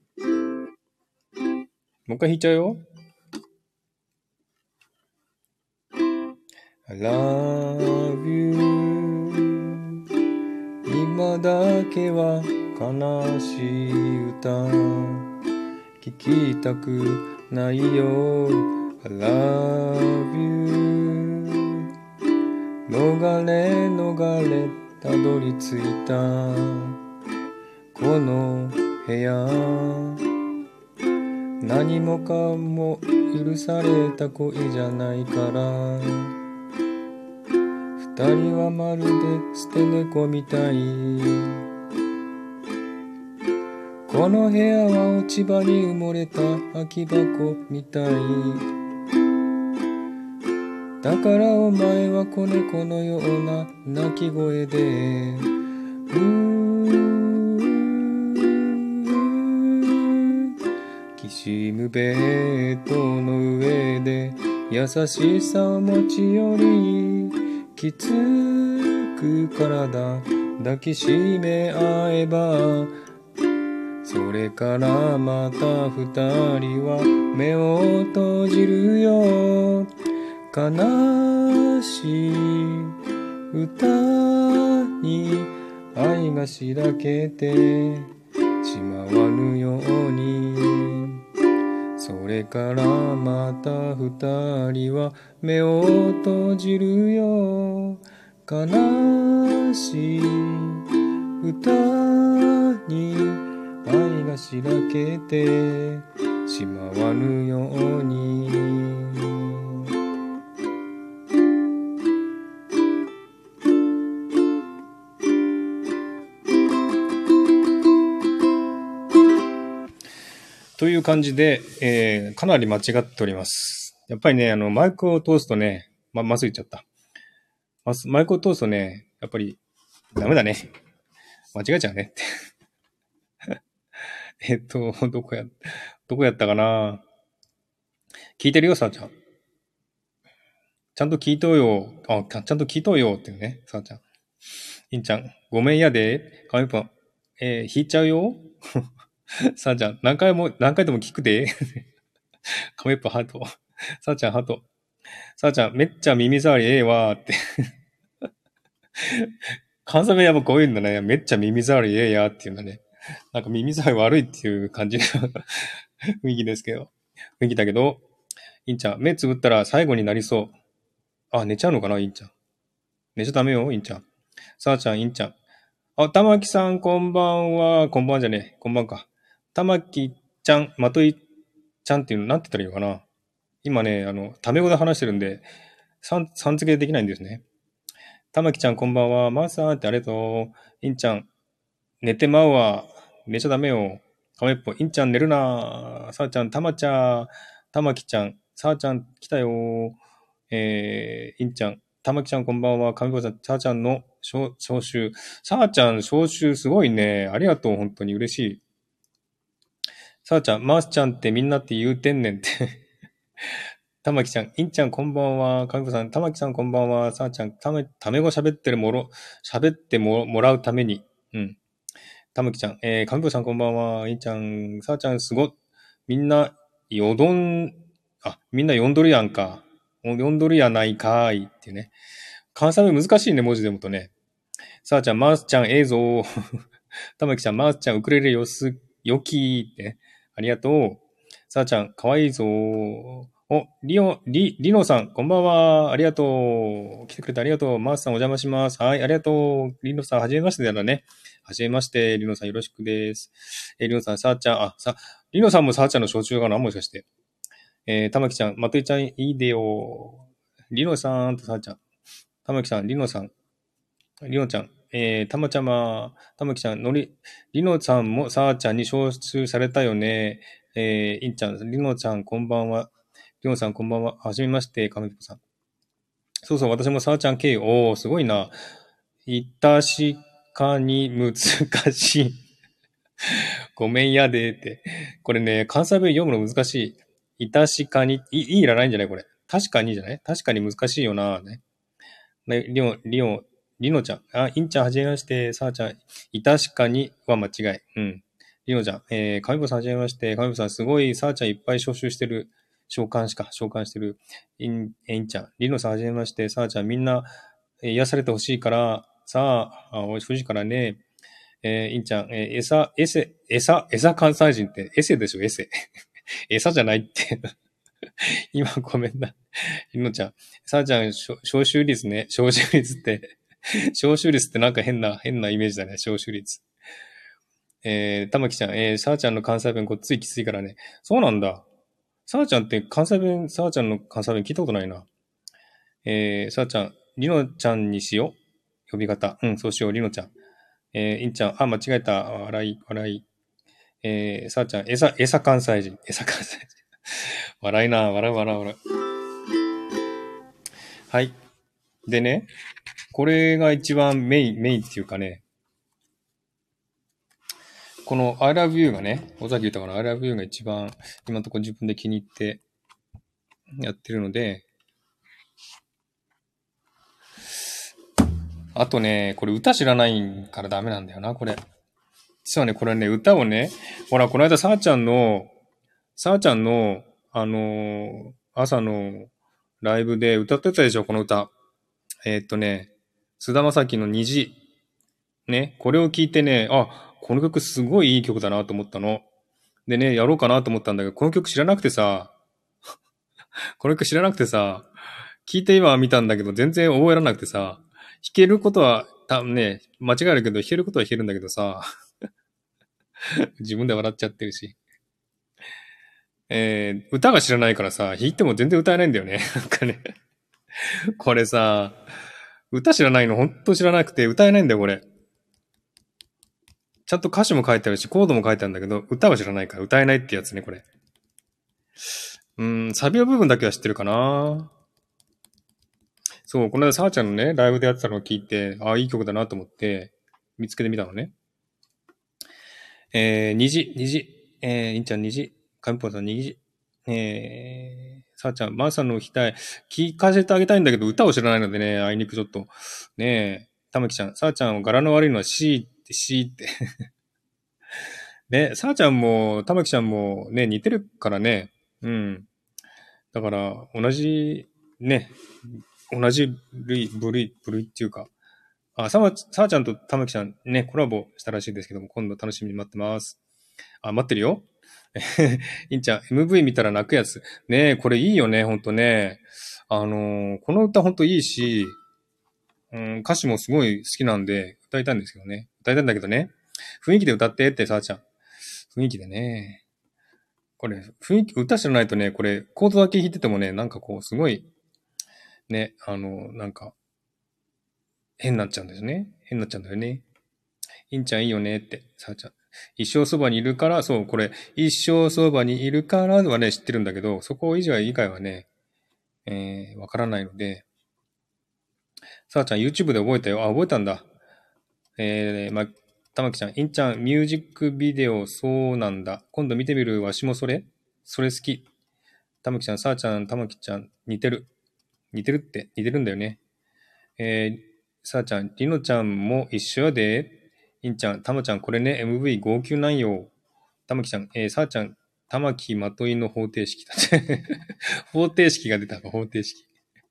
もう一回弾いちゃうよ。I love you 今だけは悲しい歌聞きたくないよ I love you 逃れたどり着いたこの部屋何もかも許された恋じゃないから二人はまるで捨て猫みたいこの部屋は落ち葉に埋もれた空き箱みたいだからお前は子猫のような鳴き声できしむベッドの上で優しさを持ち寄りきつく体抱きしめ合えばそれからまた二人は目を閉じるよ悲しい歌に愛がしらけてしまわぬようにそれからまた二人は目を閉じるよ悲しい歌に愛がしらけてしまわぬようにという感じで、かなり間違っております。やっぱりね、マイクを通すとね、まずいっちゃった。マイクを通すとね、やっぱりダメだね。間違えちゃうね。どこやったかな聞いてるよ、さあちゃん。ちゃんと聞いとうよ。ちゃんと聞いとうよっていうね、さあちゃん。いんちゃん、ごめんやで。かみぽん、弾いちゃうよ。さあちゃん、何回でも聞くで。かみぽん、ハート。さあちゃん、ハート。さあちゃん、めっちゃ耳障りええわーって。関西弁やっぱこういうんだね。めっちゃ耳障りええやーっていうんだね。なんか耳障り悪いっていう感じの雰囲気ですけど。雰囲気だけど、いんちゃん、目つぶったら最後になりそう。あ、寝ちゃうのかな、いんちゃん。寝ちゃダメよ、いんちゃん。さあちゃん、いんちゃん。たまきさん、こんばんは。こんばんじゃねえ。こんばんか。たまきちゃん、まといちゃんっていうの、なんて言ったらいいのかな。今ね、タメ語で話してるんで、さん付けできないんですね。たまきちゃん、こんばんは。まーさんってありがとう。いんちゃん、寝てまうわ。寝ちゃダメよ。 かめっぽ、いんちゃん寝るなー。さあちゃん、たまちゃー。たまきちゃん、さあちゃん来たよー。いんちゃん、たまきちゃんこんばんは。かめっぽさん、さあちゃんの招集。さあちゃん、招集すごいね。ありがとう。本当に嬉しい。さあちゃん、まーすちゃんってみんなって言うてんねんって。たまきちゃん、いんちゃんこんばんは。かみこさん、たまきさんこんばんは。さあちゃん、ため語喋ってもらうために。うん。たまきちゃん、かみこさんこんばんは。いんちゃん、さあちゃんすごっ。みんな、よどん、みんな読んどるやんか。読んどるやないかーいっていうね。関西弁難しいね、文字でもとね。さあちゃん、まーすちゃん、ええぞー。たまきちゃん、まーすちゃん、ウクレレよきーってね。ありがとう。さあちゃん、かわいいぞー。リノさん、こんばんは。ありがとう。来てくれてありがとう。マースさんお邪魔します。はい、ありがとう。リノさん、はじめましてだね。はじめまして。リノさん、よろしくです。リノさん、さあちゃん、リノさんもさあちゃんの小中かなもしかして。たまきちゃん、まといちゃん、いいでよ。リノさんとさあちゃん。たまきさん、リノさん、リノちゃん、たまちゃま、たまきちゃん、リノさんもさあちゃんに招集されたよね。いんちゃん、リノちゃん、こんばんは。リノさん、こんばんは。はじめまして、かみぽさん。そうそう、私もさあちゃん経由。おー、すごいな。いたしかに難しい。ごめんやでって。これね、関西弁読むの難しい。いたしかに、いらないんじゃないこれ。確かにじゃない確かに難しいよな。ね。リノちゃん。インちゃんはじめまして。さあちゃん。いたしかには間違い。うん。リノちゃん。かみこさんはじめまして。かみこさんすごい、さあちゃんいっぱい招集してる。召喚してる。インちゃん。リノさんはじめまして。さあちゃんみんな、癒されてほしいから、おいしいからね。インちゃん、餌関西人って、エセでしょ、エセ。餌じゃないって今ごめんな。りのちゃん。さあちゃん、招集率ね。招集率って、招集率ってなんか変なイメージだね。招集率。たまきちゃん、さあちゃんの関西弁ごっついきついからね。そうなんだ。さあちゃんってさあちゃんの関西弁聞いたことないな。さあちゃん、りのちゃんにしよう。呼び方。うん、そうしよう、りのちゃん。いんちゃん、間違えた。笑い。さあちゃん、餌関西人。餌関西人。笑いな、笑う。はい。でね、これが一番メインっていうかね、この I love you がね、尾崎豊の I love you が一番今のところ自分で気に入ってやってるので、あとね、これ歌知らないからダメなんだよな、これ。実はね、これね、歌をね、ほら、この間、さあちゃんの、朝のライブで歌ってたでしょ、この歌。菅田将暉の虹。ね、これを聞いてね、この曲すごいいい曲だなと思ったの。でね、やろうかなと思ったんだけど、この曲知らなくてさ、この曲知らなくてさ、聞いて今見たんだけど、全然覚えられなくてさ、弾けることは、多分ね、間違えるけど、弾けることは弾けるんだけどさ、自分で笑っちゃってるし。歌が知らないからさ、弾いても全然歌えないんだよね。なんかね、これさ、歌知らないのほんと知らなくて歌えないんだよ、これ。ちゃんと歌詞も書いてあるし、コードも書いてあるんだけど、歌は知らないから歌えないってやつね、これ。サビの部分だけは知ってるかな。そう、この間、さあちゃんのね、ライブでやってたのを聞いて、いい曲だなと思って、見つけてみたのね。虹、いんちゃん虹、かみぽんさん虹、さあちゃん、まーさんの聞かせてあげたいんだけど、歌を知らないのでね、あいにくちょっと、ねたまきちゃん、さあちゃん、柄の悪いのは C ってね、さあちゃんも、たまきちゃんもね、似てるからね、うん。だから、ね、同じ部類っていうか、さあちゃんとたまきちゃんね、コラボしたらしいですけども、今度楽しみに待ってます。待ってるよ。いんちゃん、MV 見たら泣くやつ。ねえ、これいいよね、ほんとね。この歌ほんといいし、歌詞もすごい好きなんで、歌いたいんですけどね。歌いたいんだけどね。雰囲気で歌ってって、さあちゃん。雰囲気でね。これ、歌知らないとね、これ、コードだけ弾いててもね、なんかこう、すごい、ね、なんか、変になっちゃうんですね。変になっちゃうんだよね。いんちゃんいいよねって、さあちゃん。 一生そばにいるから、そう、これ、一生そばにいるからはね、知ってるんだけど、そこ以外はね、わからないので、さあちゃん YouTube で覚えたよ。あ、覚えたんだ。たまきちゃん、インちゃん、ミュージックビデオ、そうなんだ。今度見てみる。わしもそれ好き。たまきちゃん、さあちゃん、たまきちゃん、似てる。似てるんだよね。さあちゃん、りのちゃんも一緒やで。いんちゃん、たまちゃん、これね、MV 号泣なんよ。たまきちゃん、さあちゃん、たまきまといの方程式だって。方程式が出たか、方程式。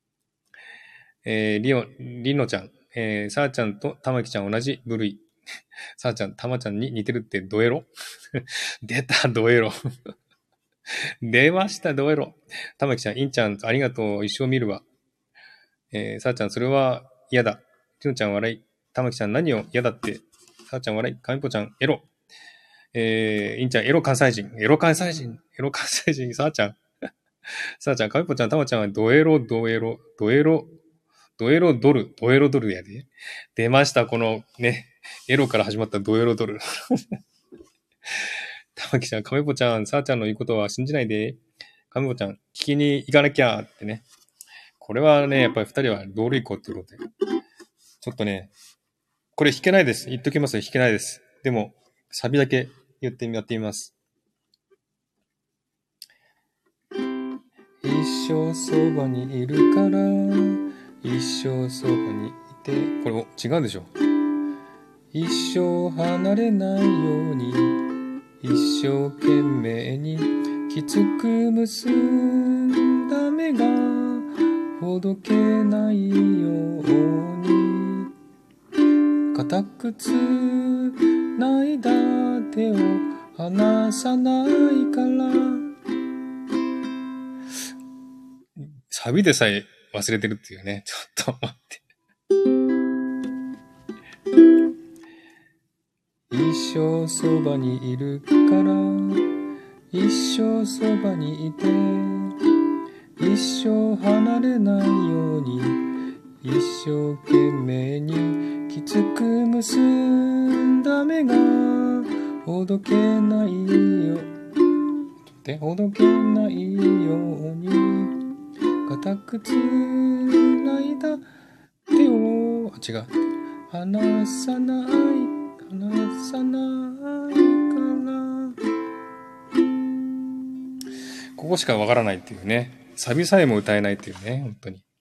りのちゃん、さあちゃんとたまきちゃん同じ部類。さあちゃん、たまちゃんに似てるってドエロ出た、ドエロ。出ました、ドエロ。たまきちゃん、いんちゃん、ありがとう。一生見るわ。さあちゃん、それは嫌だ。りのちゃん、笑い。たまきちゃん、何を嫌だって。さあちゃん、笑い。かみぽちゃん、エロ。いんちゃん、エロ関西人。エロ関西人。エロ関西人。さあちゃん。さあちゃん、かみぽちゃん、たまちゃんはドエロ、ドエロ、ドエロ、ドエロドル、ドエロドルやで。出ました、このね、エロから始まったドエロドル。たまきちゃん、かめぽちゃん、さあちゃんの言うことは信じないで。かめぽちゃん、聞きに行かなきゃってね。これはね、やっぱり二人は同類校っていうことで。ちょっとね、これ弾けないです。言っときますよ、弾けないです。でも、サビだけやってみます。一生そばにいるから、一生そばにいて、これも違うでしょ。一生離れないように、一生懸命にきつく結んだ目がほどけないように、固くつないだ手を離さないから。サビでさえ忘れてるっていうね。ちょっと待って。一生そばにいるから一生そばにいて、一生離れないように一生懸命にきつく結んだ目がほどけないよほどけないように固くつないだ手を違う離さないからここしかわからないっていうね。サビさえも歌えないっていうね。本当に。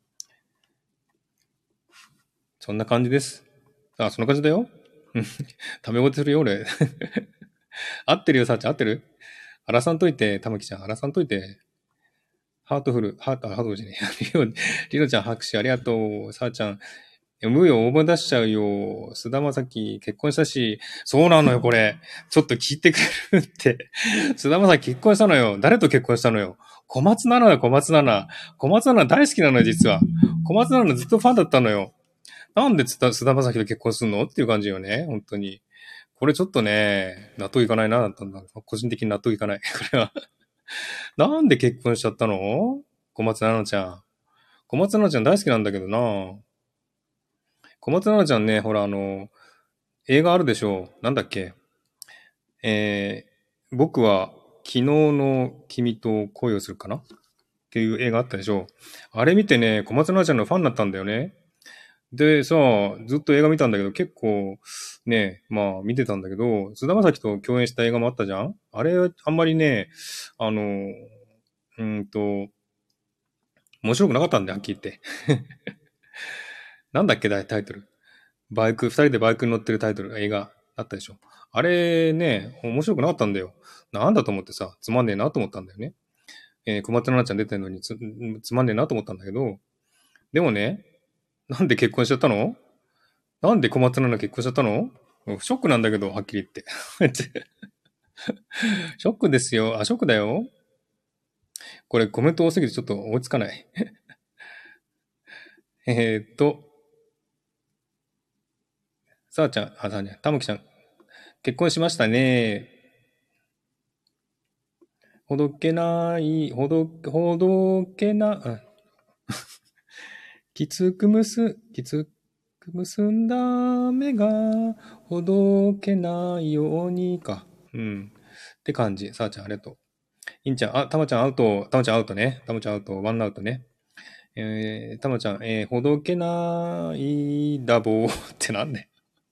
そんな感じです。あ、そんな感じだよ。タメ語するよ、俺。合ってるよ、さっちゃん、合ってる荒さんといて、たまきちゃん、荒さんといて。ハートフル、ハートフルじゃねえ。リノちゃん拍手ありがとう。さあちゃん、むよ、応募出しちゃうよ。菅田将暉結婚したし、そうなのよ、これ。ちょっと聞いてくれるって。菅田将暉結婚したのよ。誰と結婚したのよ。小松菜奈よ、小松菜奈。小松菜奈大好きなのよ、実は。小松菜奈ずっとファンだったのよ。なんで菅田将暉と結婚するのっていう感じよね、本当に。これちょっとね、納得いかないな、だったんだ。個人的に納得いかない。これは。なんで結婚しちゃったの小松菜奈ちゃん。小松菜奈ちゃん大好きなんだけどな。小松菜奈ちゃんね、ほら映画あるでしょう。なんだっけ。僕は昨日の君と恋をするかなっていう映画あったでしょ。あれ見てね、小松菜奈ちゃんのファンになったんだよね。でさ、ずっと映画見たんだけど、結構ね、まあ見てたんだけど、菅田将暉と共演した映画もあったじゃん。あれ、あんまりね、あの、うーんと、面白くなかったんだよ、はっきり言って。なんだっけだ、タイトル。二人でバイクに乗ってるタイトル、映画あったでしょ。あれね、面白くなかったんだよ。なんだと思ってさ、つまんねえなと思ったんだよね。小松菜奈ちゃん出てるのにつまんねえなと思ったんだけど、でもね、なんで結婚しちゃったのなんで小松菜奈結婚しちゃったのショックなんだけど、はっきり言って。ショックですよ。あ、ショックだよ。これコメント多すぎてちょっと追いつかない。えーっと、さあちゃん、さあね、たむきちゃん、結婚しましたね。ほどけない、ほどけな、きつく結んだ目がほどけないようにか。うん。って感じ。さあちゃん、ありがとう。いんちゃん、たまちゃんアウト、たまちゃんアウトね。たまちゃんアウト、ワンアウトね。たまちゃん、ほどけないダボーってなんで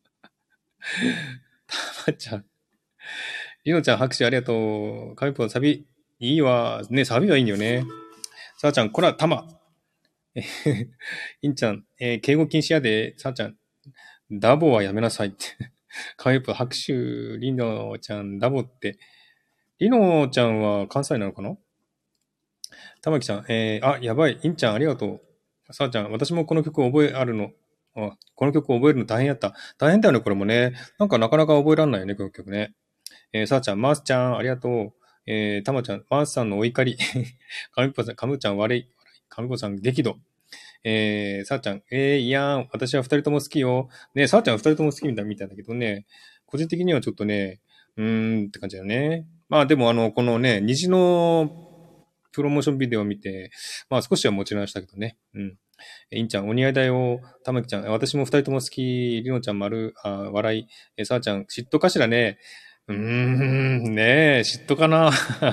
たまちゃん。りのちゃん、拍手ありがとう。かみぽん、サビ、いいわ。ね、サビはいいんだよね。さあちゃん、こら、たま。いんちゃん、敬語禁止やで。さあちゃん、ダボはやめなさいって。かみぽん、拍手、りのちゃん、ダボって。りのちゃんは関西なのかな。たまきちゃん、やばい。いんちゃん、ありがとう。さあちゃん、私もこの曲覚えあるの。この曲覚えるの大変やった。大変だよね、これもね。なんかなかなか覚えらんないよね、この曲ね。さあちゃん、マースちゃん、ありがとう。たまちゃん、マースさんのお怒り。かみぽさん、かむちゃん、悪い。かみぽさん、激怒。さあちゃん、いやん、私は二人とも好きよ。ね、さあちゃん二人とも好きみたいだけどね、個人的にはちょっとね、って感じだよね。まあでもこのね、虹のプロモーションビデオを見て、まあ少しは持ち直したけどね。うん。いんちゃん、お似合いだよ。たまきちゃん、私も二人とも好き。りのちゃん、笑い。さあちゃん、嫉妬かしらね。ねえ、嫉妬かな。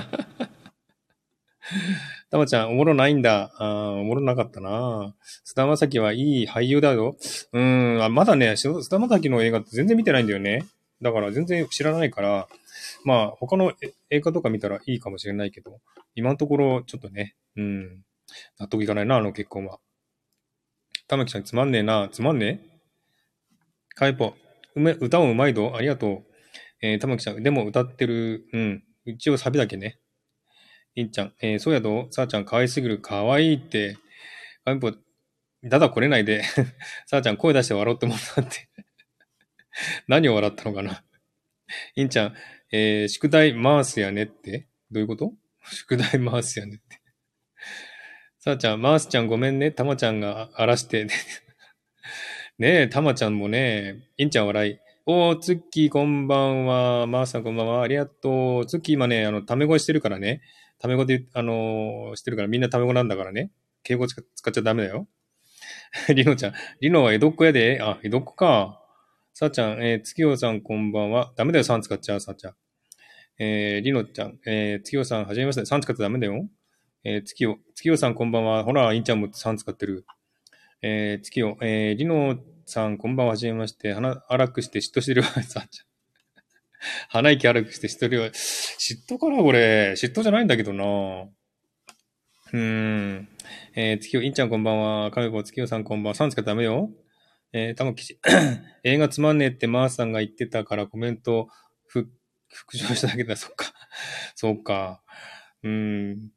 たまちゃん、おもろないんだ。おもろなかったな。菅田将暉はいい俳優だよ。まだね、菅田将暉の映画って全然見てないんだよね。だから全然知らないから、まあ、他の映画とか見たらいいかもしれないけど、今のところ、ちょっとね、納得いかないな、あの結婚は。たまきちゃん、つまんねえな。つまんねえカイポ、歌もうまいどありがとう。たまきちゃん、でも歌ってる。一応サビだけね。いんちゃん、そうやど、さあちゃん可愛すぎる、可愛いって、カイポ、だだこれないで、さあちゃん声出して笑ってもらって。何を笑ったのかな。いんちゃん、宿題回すやねって。どういうこと。宿題回すやねって。さあちゃん、回すちゃんごめんね。たまちゃんが荒らして。ねえ、たまちゃんもね、いんちゃん笑い。ツッキーこんばんは。まーさんこんばんは。ありがとう。ツッキー今ね、タメ語してるからね。タメ語で、してるからみんなタメ語なんだからね。敬語使っちゃダメだよ。りのちゃん。りのは江戸っ子やで。江戸っ子か。さあちゃん、月夜さんこんばんは。ダメだよ、さん使っちゃう、さあちゃん。りのちゃん、月夜さんはじめまして。さん使っちゃダメだよ。月夜さんこんばんは。ほら、いんちゃんもさん使ってる。月夜、りのさんこんばんは、はじめまして。鼻荒くして嫉妬してるわ、さあちゃん。鼻息荒くして嫉妬してるわ。嫉妬かな、これ。嫉妬じゃないんだけどな。月夜、いんちゃんこんばんは。かめこ、月夜さんこんばんは。さん使っちゃダメよ。たまきち、映画つまんねえってマーさんが言ってたからコメント復唱しただけだ。そっか。そうか。うーん。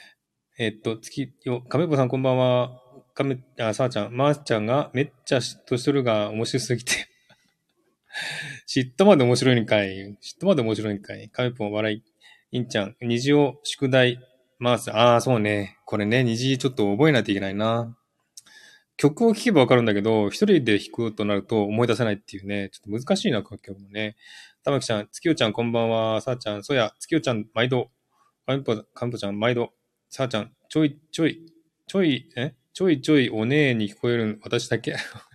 亀子さんこんばんは。さあちゃん、まー、ちゃんがめっちゃ嫉妬しとるが面白すぎて。嫉妬まで面白いんかい。嫉妬まで面白いんかい。亀ぽん笑い。いんちゃん、虹を宿題、まーす。そうね。これね、虹ちょっと覚えないといけないな。曲を聴けばわかるんだけど、一人で弾くとなると思い出せないっていうね、ちょっと難しいな、この曲もね。たまきちゃん、月夜ちゃんこんばんは。さあちゃん、そうや、月夜ちゃん、毎度。かんぽちゃん、毎度。さあちゃん、ちょいちょいお姉に聞こえる私だけ。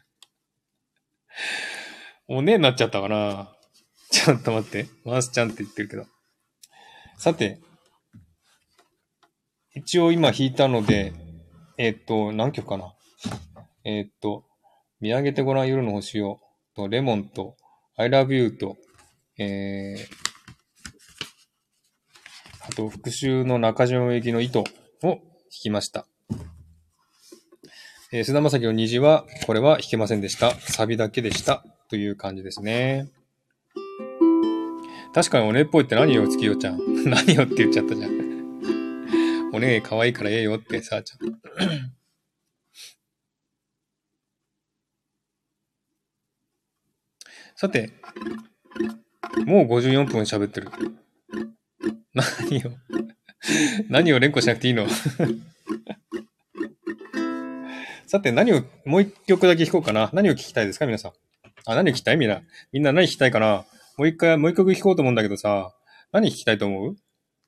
お姉になっちゃったかな。ちょっと待って。マースちゃんって言ってるけど。さて、一応今弾いたので、何曲かな。見上げてごらん夜の星を、と、レモンと、I love you と、えー、あと、復讐の中島みゆきの糸を弾きました。菅田将暉の虹は、これは弾けませんでした。サビだけでした。という感じですね。確かにお姉っぽいって何よ、月夜ちゃん。何よって言っちゃったじゃん。お姉可愛いからええよって、さあちゃん。さて、もう54分喋ってる。何を何を連呼しなくていいの。さて、もう一曲だけ弾こうかな。何を聞きたいですか、皆さん。何を聞きたいみんな何聞きたいかな。もう一曲弾こうと思うんだけどさ、何聞きたいと思う。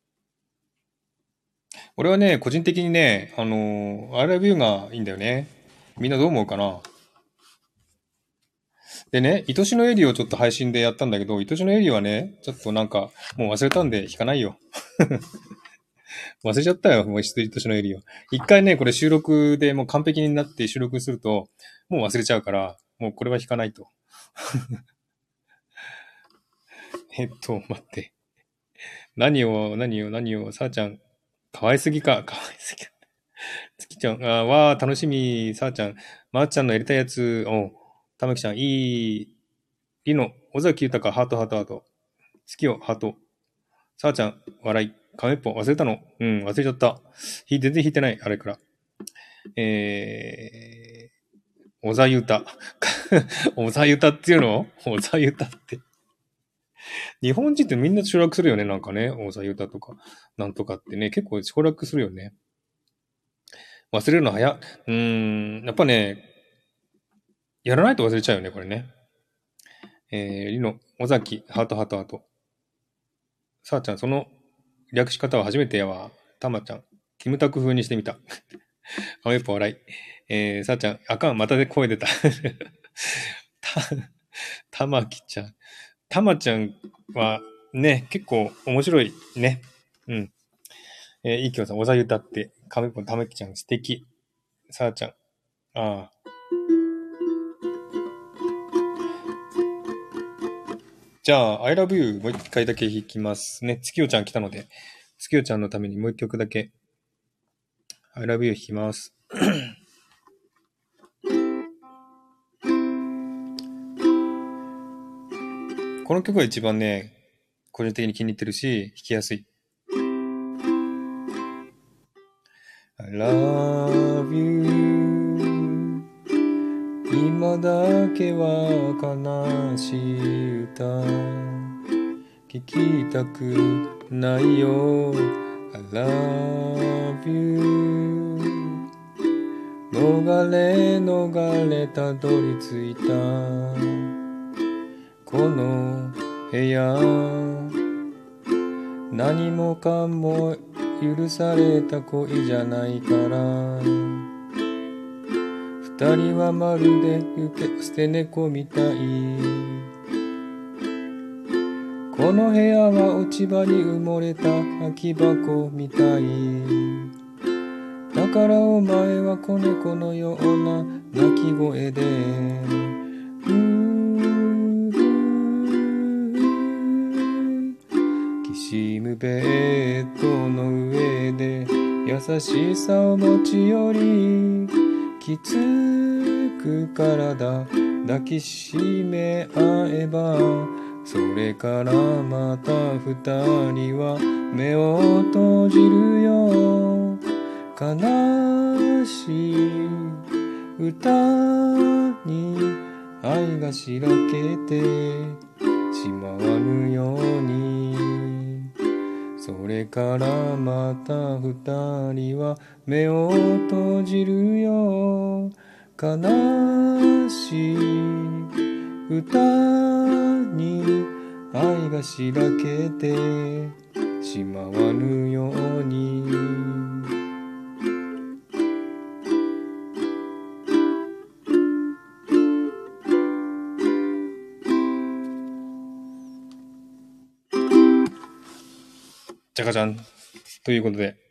俺はね、個人的にね、I love you がいいんだよね。みんなどう思うかな。 でね、愛しのエリをちょっと配信でやったんだけど、愛しのエリはね、ちょっとなんか、もう忘れたんで弾かないよ。忘れちゃったよ、もう愛しのエリを。一回ね、これ収録でもう完璧になって収録すると、もう忘れちゃうから、もうこれは弾かないと。待って。何を、さあちゃん、かわいすぎか、かわいすぎか。月ちゃん、わー、楽しみ、さあちゃん、まー、ちゃんのやりたいやつ、たまきちゃん、いい、りの、尾崎豊、ハート、ハート、ハート。月を、ハート。さあちゃん、笑い。亀っぽ、忘れたの忘れちゃった。全然弾いてない、あれから。小沢ゆた。小沢ゆたっていうの小沢ゆたって。日本人ってみんな省略するよね、なんかね。大沢ゆたとか、なんとかってね、結構省略するよね。忘れるの早っ。やっぱね、やらないと忘れちゃうよね、これね。リノ、尾崎、ハート、ハート、ハート。さあちゃん、その略し方は初めてやわ。たまちゃん、キムタク風にしてみた。あめっぽ笑い。さあちゃん、あかん、またで声出た。た、たまきちゃん。たまちゃんはね、結構面白いね。うん。いいきょうさん、おざゆたって、かめっぽたまきちゃん素敵。さあちゃん。ああ。じゃあ、I love you もう一回だけ弾きますね。月夜ちゃん来たので、月夜ちゃんのためにもう一曲だけ I love you 弾きます。この曲が一番ね、個人的に気に入ってるし、弾きやすい。I love you 今だけは悲しい歌聞きたくないよ I love you 逃れたどり着いたこの部屋何もかも許された恋じゃないから二人はまるで捨て猫みたいこの部屋は落ち葉に埋もれた空き箱みたいだからお前は子猫のような鳴き声できしむベッドの上で優しさを持ち寄りきつく体抱きしめ合えばそれからまた二人は目を閉じるよ悲しい歌に愛がしらけてしまわぬようにそれからまた二人は目を閉じるよ悲しい歌に愛がしらけてしまわぬようにじゃかじゃんということで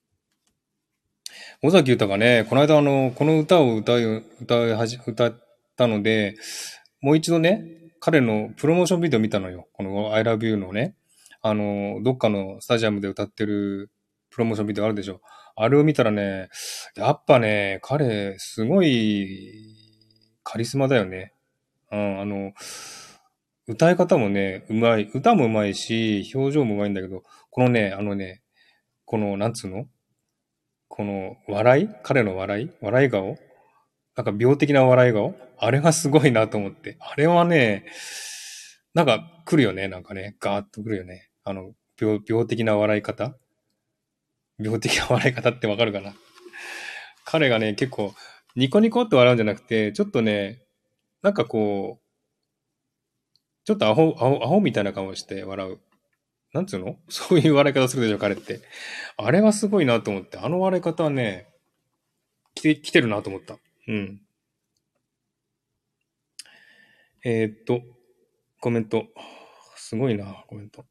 尾崎豊がね、この間この歌を歌ったので、もう一度ね、彼のプロモーションビデオ見たのよ。この I love you のね、どっかのスタジアムで歌ってるプロモーションビデオあるでしょ。あれを見たらね、やっぱね、彼、すごいカリスマだよね。うん、歌い方もね、うまい。歌もうまいし、表情もうまいんだけど、このね、この、なんつうのこの彼の笑い顔なんか病的な笑い顔あれがすごいなと思って。あれはね、なんか来るよね。なんかね、ガーッと来るよね。病的な笑い方病的な笑い方ってわかるかな彼がね、結構、ニコニコって笑うんじゃなくて、ちょっとね、なんかこう、ちょっとアホみたいな顔して笑う。なんつうのそういう笑い方するでしょ、彼って。あれはすごいなと思って。あの笑い方はね、来てるなと思った。うん。 えーっと、コメント。すごいな、コメント。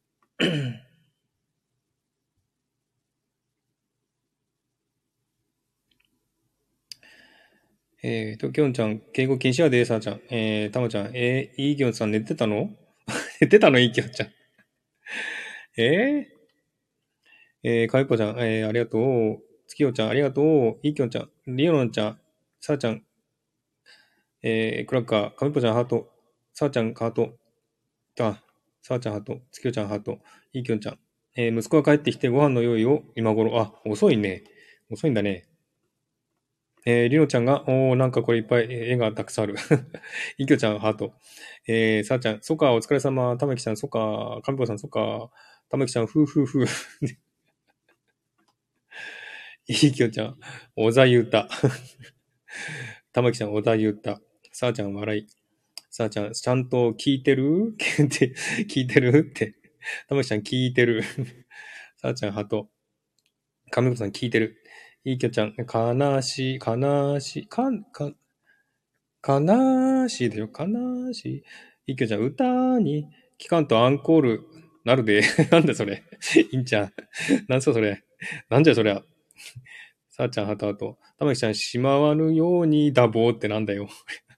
きょんちゃん、敬語禁止やで、さあちゃん。たまちゃん、いいきょんさん寝てたの寝てたのいいきょんちゃん。えかいぽちゃん、ありがとう。つきよちゃん、ありがとう。いいきょんちゃん、りおのんちゃん、さあちゃん、クラッカー、かみぽちゃん、ハート。さあちゃん、ハート。あ、さあちゃん、ハート。つきよちゃん、ハート。いいきょんちゃん。息子が帰ってきてご飯の用意を今頃。あ、遅いね。遅いんだね。りのちゃんが、なんかこれいっぱい絵がたくさんある。いきょちゃん、ハート。さあちゃん、そっか、お疲れ様。たまきちゃん、そっか。かみぽさん、そっか。たまきちゃん、ふうふうふう。いきょちゃん、おざゆた。たまきちゃん、おざゆた。さあちゃん、笑い。さあちゃん、ちゃんと聞いてるって聞いてるって。たまきちゃん、聞いてる。さあちゃん、ハト。かみこさん、聞いてる。いきょちゃん、悲しい、悲しい、悲しいでしょ悲しい。いきょちゃん、歌に聞かんとアンコールなるで。なんだそれ。いんちゃん。なんすかそれ。なんじゃそりゃ。さあちゃん、ハトハト。たまきちゃん、しまわぬようにダボーってなんだよ。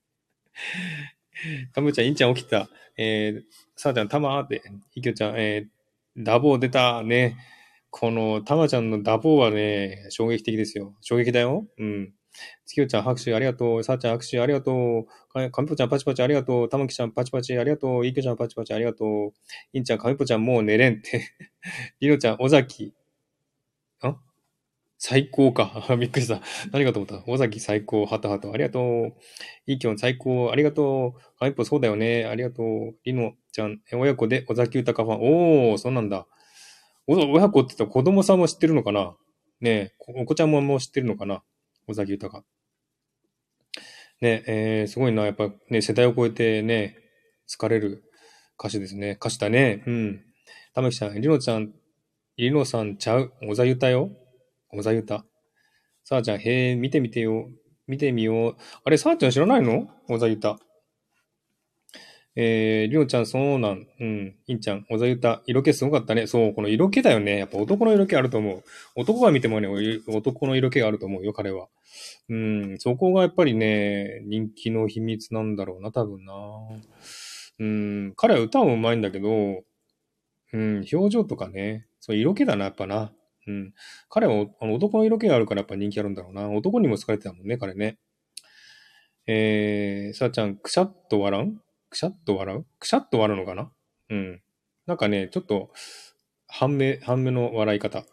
たまちゃん、いんちゃん起きた。さあちゃん、たまーって。いきょちゃん、ダボー出たね。この、たまちゃんのダボーはね、衝撃的ですよ。衝撃だよ。うん。つきよちゃん拍手ありがとう。さあちゃん拍手ありがとう。かみぽちゃんパチパチありがとう。たまきちゃんパチパチありがとう。いきょちゃんパチパチありがとう。いんちゃん、かみぽちゃんもう寝れんって。りのちゃん、尾崎。ん最高か。びっくりした。何かと思った。尾崎最高。はたはた。ありがとう。いいきょん最高。ありがとう。かみぽそうだよね。ありがとう。りのちゃん、親子で尾崎豊ファン。おー、そうなんだ。親子って言ったら子供さんも知ってるのかなねえ、お子ちゃんももう知ってるのかな尾崎豊。ね、すごいな。やっぱね、世代を超えてね、疲れる歌手ですね。歌手だね。うん。玉木さん、りのちゃん、りのさんちゃう。おざゆたよ。おざゆた。さあちゃん、へえ、見てみてよ。見てみよう。あれ、さあちゃん知らないのおざゆた。りのちゃん、そうなん。うん。いんちゃん、おざゆた。色気すごかったね。そう、この色気だよね。やっぱ男の色気あると思う。男が見てもね、男の色気があると思うよ、彼は。うん、そこがやっぱりね、人気の秘密なんだろうな、多分な。うん、彼は歌も上手いんだけど、うん、表情とかね、そう、色気だな、やっぱな。うん。彼は男の色気があるからやっぱ人気あるんだろうな。男にも好かれてたもんね、彼ね。さあちゃん、くしゃっと笑うくしゃっと笑うくしゃっと笑うのかなうん。なんかね、ちょっと、半目の笑い方。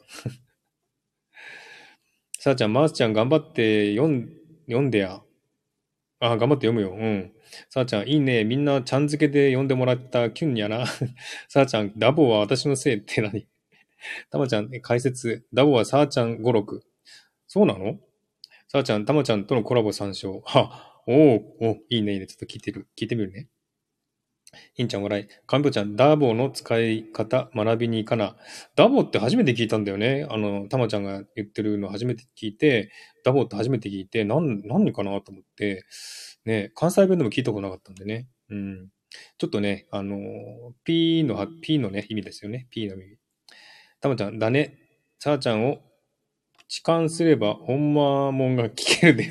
さあちゃん、まーすちゃん頑張って読んでや。あ、頑張って読むよ。うん。さあちゃん、いいね。みんなちゃん付けで呼んでもらったキュンやな。さあちゃん、ダボは私のせいって何たまちゃん、解説。ダボはさあちゃん語録。そうなのさあちゃん、たまちゃんとのコラボ参照。は、いいね、いいね。ちょっと聞いてみるね。いんちゃん笑い。かんぽちゃん、ダボの使い方学びに行かな。ダボって初めて聞いたんだよね。たまちゃんが言ってるの初めて聞いて、ダボって初めて聞いて、何かなと思って、ね、関西弁でも聞いたことなかったんでね。うん。ちょっとね、P のね、意味ですよね。P の意味。たまちゃん、だね。さあちゃんを痴漢すれば、ほんまもんが聞けるでって。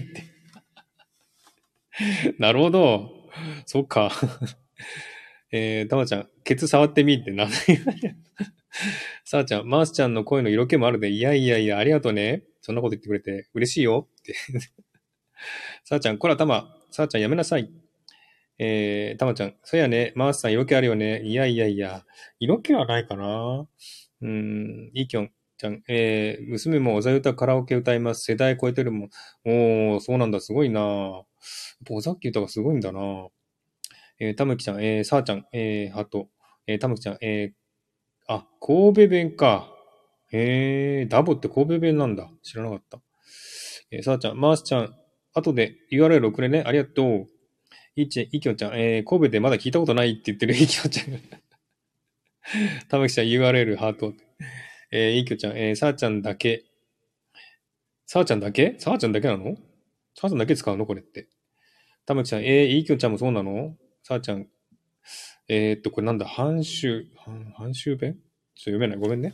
なるほど。そっか。たまちゃん、ケツ触ってみってなんさあちゃん、マースちゃんの声の色気もあるで、いやいやいや、ありがとうね。そんなこと言ってくれて嬉しいよって。さあちゃん、こらたま、さあちゃんやめなさい。たまちゃん、そうやね、マースさん色気あるよね。いやいやいや、色気はないかな。いいきょんちゃん、娘もおざゆたカラオケ歌います。世代超えてるもん。おー、そうなんだ、すごいな。やっぱ尾崎歌がすごいんだな。たむきちゃん、さあちゃん、ハト、たむきちゃん、神戸弁か。へえ、ダボって神戸弁なんだ。知らなかった。さあちゃん、マースちゃん、後で URL 送れね。ありがとう。いきょんちゃん、神戸でまだ聞いたことないって言ってるいきょんちゃん。たむきちゃん、URL ハート。いきょんちゃん、さあちゃんだけ。さあちゃんだけさあちゃんだけなのさあちゃんだけ使うのこれって。たむきちゃん、いきょんちゃんもそうなのさあちゃん、これなんだ、半州弁ちょっと読めない。ごめんね。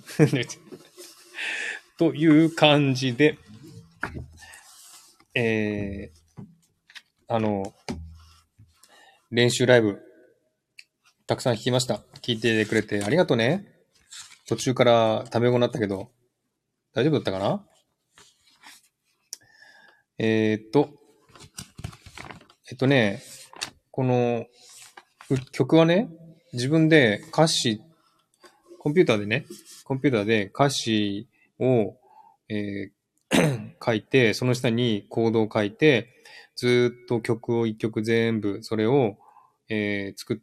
という感じで、えあの、練習ライブ、たくさん聞きました。聞いてくれてありがとうね。途中からタメ語になったけど、大丈夫だったかな。えーっと、ね、この曲はね、自分で歌詞、コンピューターでね、コンピューターで歌詞を、書いて、その下にコードを書いて、ずーっと曲を一曲全部、それを、作って、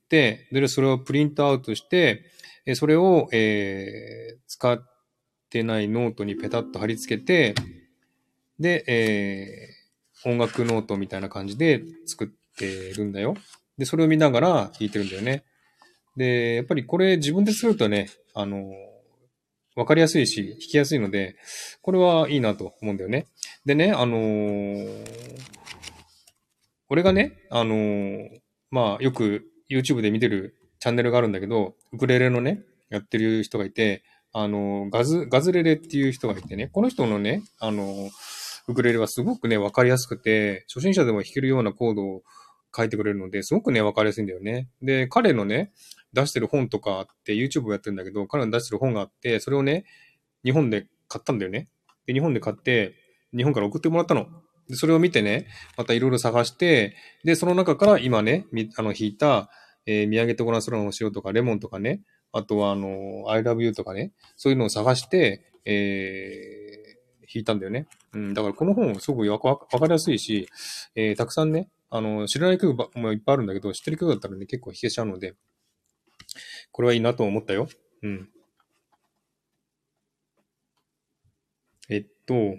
で、それをプリントアウトして、それを、使ってないノートにペタッと貼り付けて、で、音楽ノートみたいな感じで作ってるんだよ。で、それを見ながら弾いてるんだよね。で、やっぱりこれ自分で作るとね、わかりやすいし、弾きやすいので、これはいいなと思うんだよね。でね、俺がね、まあ、よく YouTube で見てるチャンネルがあるんだけど、ウクレレのね、やってる人がいて、ガズレレっていう人がいてね、この人のね、ウクレレはすごくね、わかりやすくて、初心者でも弾けるようなコードを書いてくれるので、すごくね、わかりやすいんだよね。で、彼のね、出してる本とかあって、YouTube をやってるんだけど、彼の出してる本があって、それをね、日本で買ったんだよね。で、日本で買って、日本から送ってもらったの。で、それを見てね、またいろいろ探して、で、その中から今ね、弾いた、見上げてごらん空の後ろとか、レモンとかね、あとはI love you とかね、そういうのを探して、弾いたんだよね。うん、だからこの本すごくわかりやすいし、たくさんね、知らない曲もいっぱいあるんだけど、知ってる曲だったらね、結構弾けちゃうので、これはいいなと思ったよ。うん。えっと、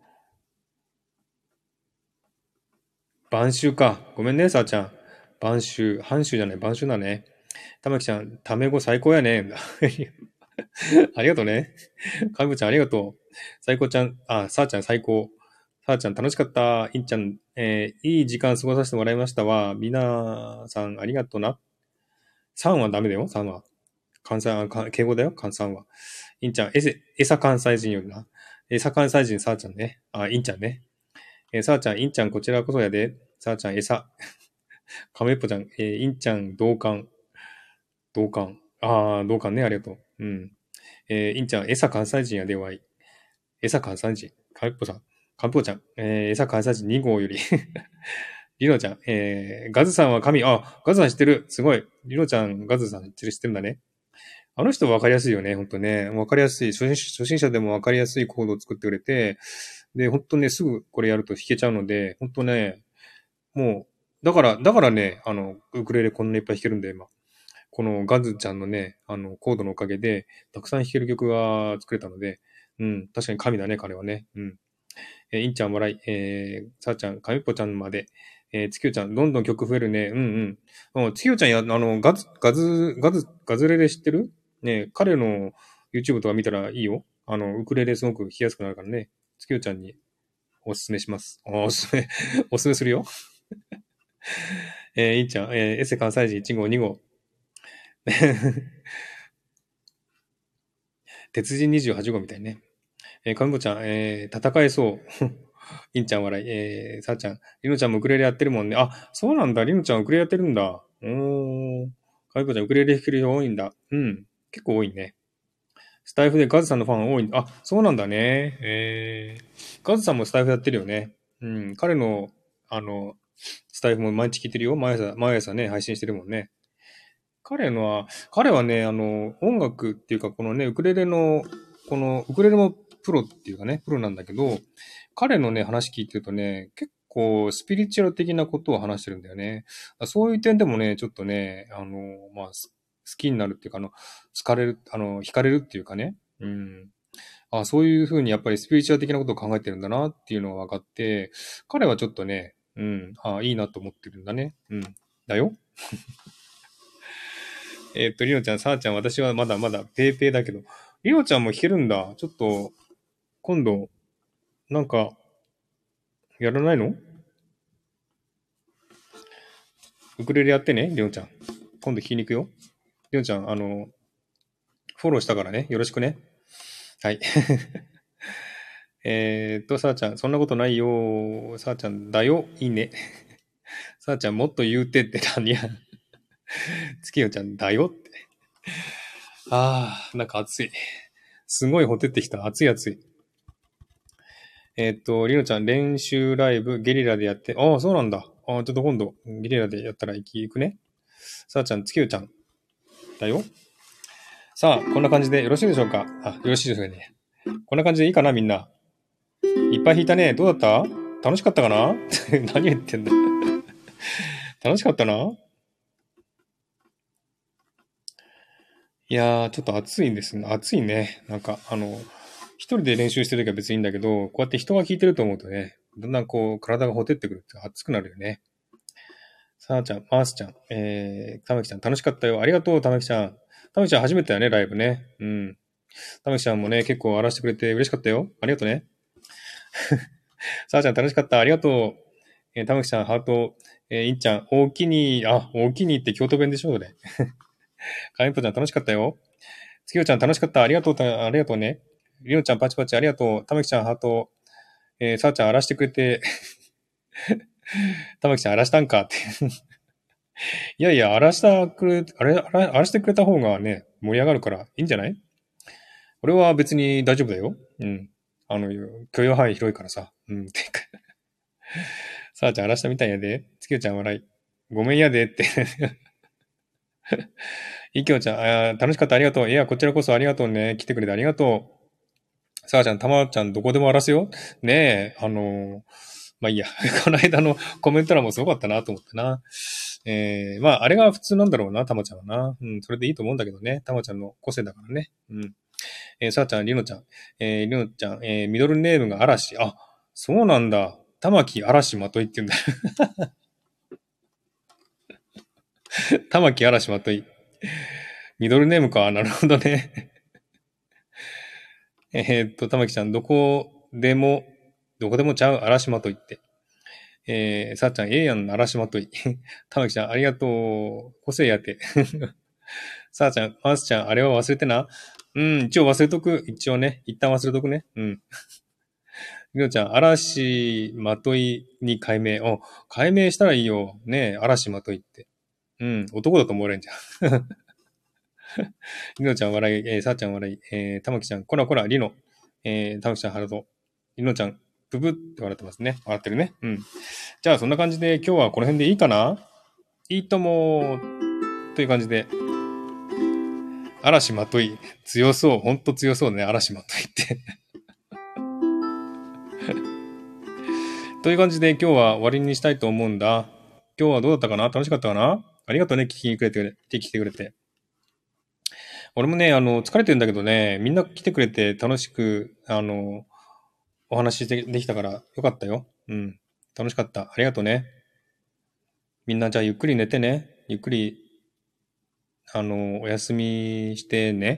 晩秋か。ごめんね、さあちゃん。晩秋。半秋じゃない、晩秋だね。玉木ちゃん、タメ語最高やね。ありがとうね。かぶちゃん、ありがとう。最高ちゃん、さあちゃん最高。さあちゃん、楽しかった。いんちゃん、いい時間過ごさせてもらいましたわ。みなさん、ありがとうな。さんはダメだよ、さんは。関西、敬語だよ、関西は。いんちゃん、えさ関西人よりな。えさ関西人、さあちゃんね。いんちゃんね。さあちゃん、いんちゃん、こちらこそやで。さあちゃん、えさ。かめっぽちゃん、いんちゃん、同感。同感。同感ね、ありがとう。うん。いんちゃん、さ関西人やでわい。さ関西人。かめっぽさん。かめっぽちゃん、さ関西人2号より。りのちゃん、ガズさんは神。ガズさん知ってる。すごい。りのちゃん、ガズさん知ってるんだね。あの人分かりやすいよね、ほんとね。分かりやすい。初心者でも分かりやすいコードを作ってくれて、で、ほんとね、すぐこれやると弾けちゃうので、ほんとね、もう、だからね、ウクレレこんないっぱい弾けるんだよ、今。このガズちゃんのね、コードのおかげで、たくさん弾ける曲が作れたので、うん、確かに神だね、彼はね。うん。インちゃん笑い、さあちゃん、かみっぽちゃんまで、つきよちゃん、どんどん曲増えるね。うんうん。つきよちゃんや、ガズレレ知ってるね、彼の YouTube とか見たらいいよ。ウクレレすごく弾きやすくなるからね。つきよちゃんにおすすめします。おすすめ、おすすめするよ。いんちゃん、エセ関西人1号、2号。鉄人28号みたいね。かんこちゃん、戦えそう。いんちゃん笑い。さあちゃん。りのちゃんもウクレレやってるもんね。そうなんだ。りのちゃんウクレレやってるんだ。かんこちゃんウクレレ弾ける人多いんだ。うん。結構多いね。スタイフでガズさんのファン多いんだ。そうなんだね。ガズさんもスタイフやってるよね。うん。彼の、スタイフも毎日聞いてるよ。毎朝ね、配信してるもんね。彼はね、音楽っていうか、このね、ウクレレの、この、ウクレレもプロっていうかね、プロなんだけど、彼のね、話聞いてるとね、結構スピリチュアル的なことを話してるんだよね。そういう点でもね、ちょっとね、まあ、好きになるっていうか、好かれる、惹かれるっていうかね、うん。そういうふうにやっぱりスピリチュアル的なことを考えてるんだなっていうのが分かって、彼はちょっとね、うん、いいなと思ってるんだね。うん。だよ。りのちゃん、さあちゃん、私はまだまだペーペーだけど、りのちゃんも弾けるんだ。ちょっと、今度、なんか、やらないの？ ウクレレやってね、りょうちゃん。今度弾きに行くよ。りょうちゃん、フォローしたからね。よろしくね。はい。さあちゃん、そんなことないよ。さあちゃん、だよ。いいね。さあちゃん、もっと言うてって何や。月夜ちゃん、だよって。なんか暑い。すごいほてってきた。暑い暑い。りのちゃん、練習ライブ、ゲリラでやって、そうなんだ。ちょっと今度、ゲリラでやったら行くね。さあちゃん、月夜ちゃん、だよ。さあ、こんな感じでよろしいでしょうか？よろしいですよね。こんな感じでいいかな、みんな。いっぱい弾いたね。どうだった？楽しかったかな？何言ってんだ。楽しかったな？いやー、ちょっと暑いんですね。暑いね。なんか、一人で練習してるときは別にいいんだけど、こうやって人が弾いてると思うとね、だんだんこう、体がほてってくるって熱くなるよね。さあちゃん、マースちゃん、たまきちゃん、楽しかったよ。ありがとう、たまきちゃん。たまきちゃん初めてだね、ライブね。うん。たまきちゃんもね、結構荒らしてくれて嬉しかったよ。ありがとうね。さあちゃん、楽しかった。ありがとう。たまきちゃん、ハート。いんちゃん、大きに、大きにって京都弁でしょ、それ。かみぽちゃん、楽しかったよ。つきよちゃん、楽しかった。ありがとう、ありがとうね。りのちゃん、パチパチ、ありがとう。たまきちゃん、ハート。さあちゃん、荒らしてくれて、たまきちゃん、荒らしたんかって。いやいや、荒らしてくれた方がね、盛り上がるからいいんじゃない？俺は別に大丈夫だよ。うん。許容範囲広いからさ。うん。てか、さあちゃん荒らしたみたいやで。つきよちゃん笑い。ごめんやでって。いきょうちゃん、楽しかったありがとう。いや、こちらこそありがとうね。来てくれてありがとう。さあちゃん、たまちゃん、どこでも荒らすよ。ねえ、まあいいや。この間のコメント欄もすごかったなと思ってな。まあ、あれが普通なんだろうな、たまちゃんはな。うん、それでいいと思うんだけどね。たまちゃんの個性だからね。うん。さあちゃん、りのちゃん。りのちゃん、ミドルネームが嵐。そうなんだ。玉木嵐まといって言うんだ。玉木嵐まとい。ミドルネームか。なるほどね。玉木ちゃん、どこでもちゃう嵐まといって。さあちゃん、ええやん、嵐まとい。玉木ちゃん、ありがとう。個性やて。さあちゃん、マースちゃん、あれは忘れてな。うん、一応忘れとく。一応ね。一旦忘れとくね。うん。りのちゃん、嵐まといに改名。改名したらいいよ。ねえ、嵐まといって。うん、男だと思われんじゃん。りのちゃん笑い、さあちゃん笑い、たまきちゃん、こらこら、りの、たまきちゃん、ハルト、りのちゃん、ブブって笑ってますね。笑ってるね。うん。じゃあ、そんな感じで、今日はこの辺でいいかな？いいとも、という感じで、嵐まとい、強そう、ほんと強そうね、嵐まといって。という感じで、今日は終わりにしたいと思うんだ。今日はどうだったかな？楽しかったかな？ありがとうね、聞きにくれて、来てくれて。俺もね、疲れてるんだけどね、みんな来てくれて楽しく、お話できたからよかったよ。うん。楽しかった。ありがとうね。みんなじゃあゆっくり寝てね。ゆっくり、お休みしてね。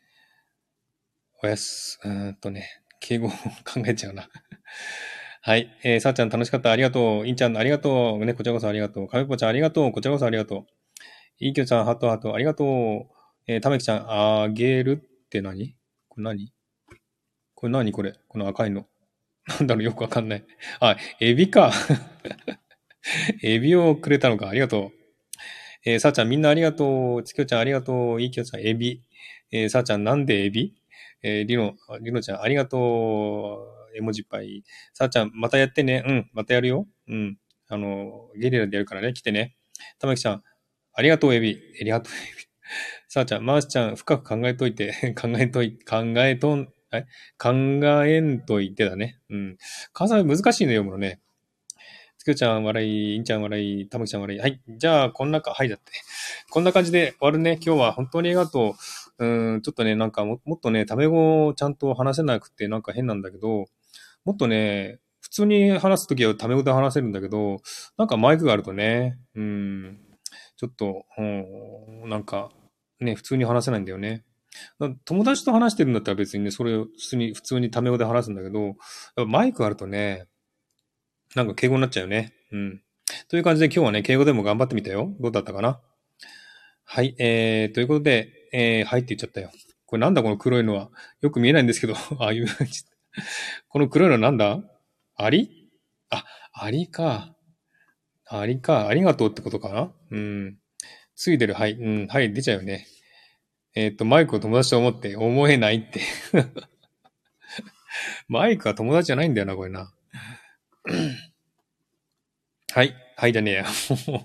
敬語を考えちゃうな。はい。さあちゃん楽しかった。ありがとう。いんちゃんありがとう。ね、こちらこそありがとう。かみぽちゃんありがとう。こちらこそありがとう。いいきょちゃん、ハートハート、ありがとう。ためきちゃん、あげるって何？これ何？これ何これ？この赤いの。なんだろう、よくわかんない。エビか。エビをくれたのか。ありがとう。さあちゃん、みんなありがとう。つきょちゃん、ありがとう。いいきょちゃん、エビ。さあちゃん、なんでエビ？りのちゃん、ありがとう。絵文字いっぱい。さあちゃん、またやってね。うん、またやるよ。うん。ゲリラでやるからね、来てね。たまきちゃん、ありがとう、エビ。ありがとう、エビ。さあちゃん、マースちゃん、深く考えといて。考えとん、考えんといてだね。うん。関西難しいね、読むのね。つきょちゃん笑い、いんちゃん笑い、たむきちゃん笑い。はい。じゃあ、はい、だって。こんな感じで終わるね。今日は本当にありがとう。ちょっとね、なんかもっとね、タメ語をちゃんと話せなくてなんか変なんだけど、もっとね、普通に話すときはタメ語で話せるんだけど、なんかマイクがあるとね、ちょっと、なんか、ね、普通に話せないんだよね。友達と話してるんだったら別にね、それを普通にタメ語で話すんだけど、やっぱマイクあるとね、なんか敬語になっちゃうよね。うん。 という感じで今日はね、敬語でも頑張ってみたよ。どうだったかな？はい、ということで、はいって言っちゃったよ。これなんだこの黒いのは。よく見えないんですけど、ああいう、この黒いのはなんだ？アリ？あ、アリか。アリか。ありがとうってことかな？うん。ついてる。はい。うん。はい。出ちゃうよね。マイクを友達と思って思えないって。マイクは友達じゃないんだよな、これな。はい。はいじゃねえや。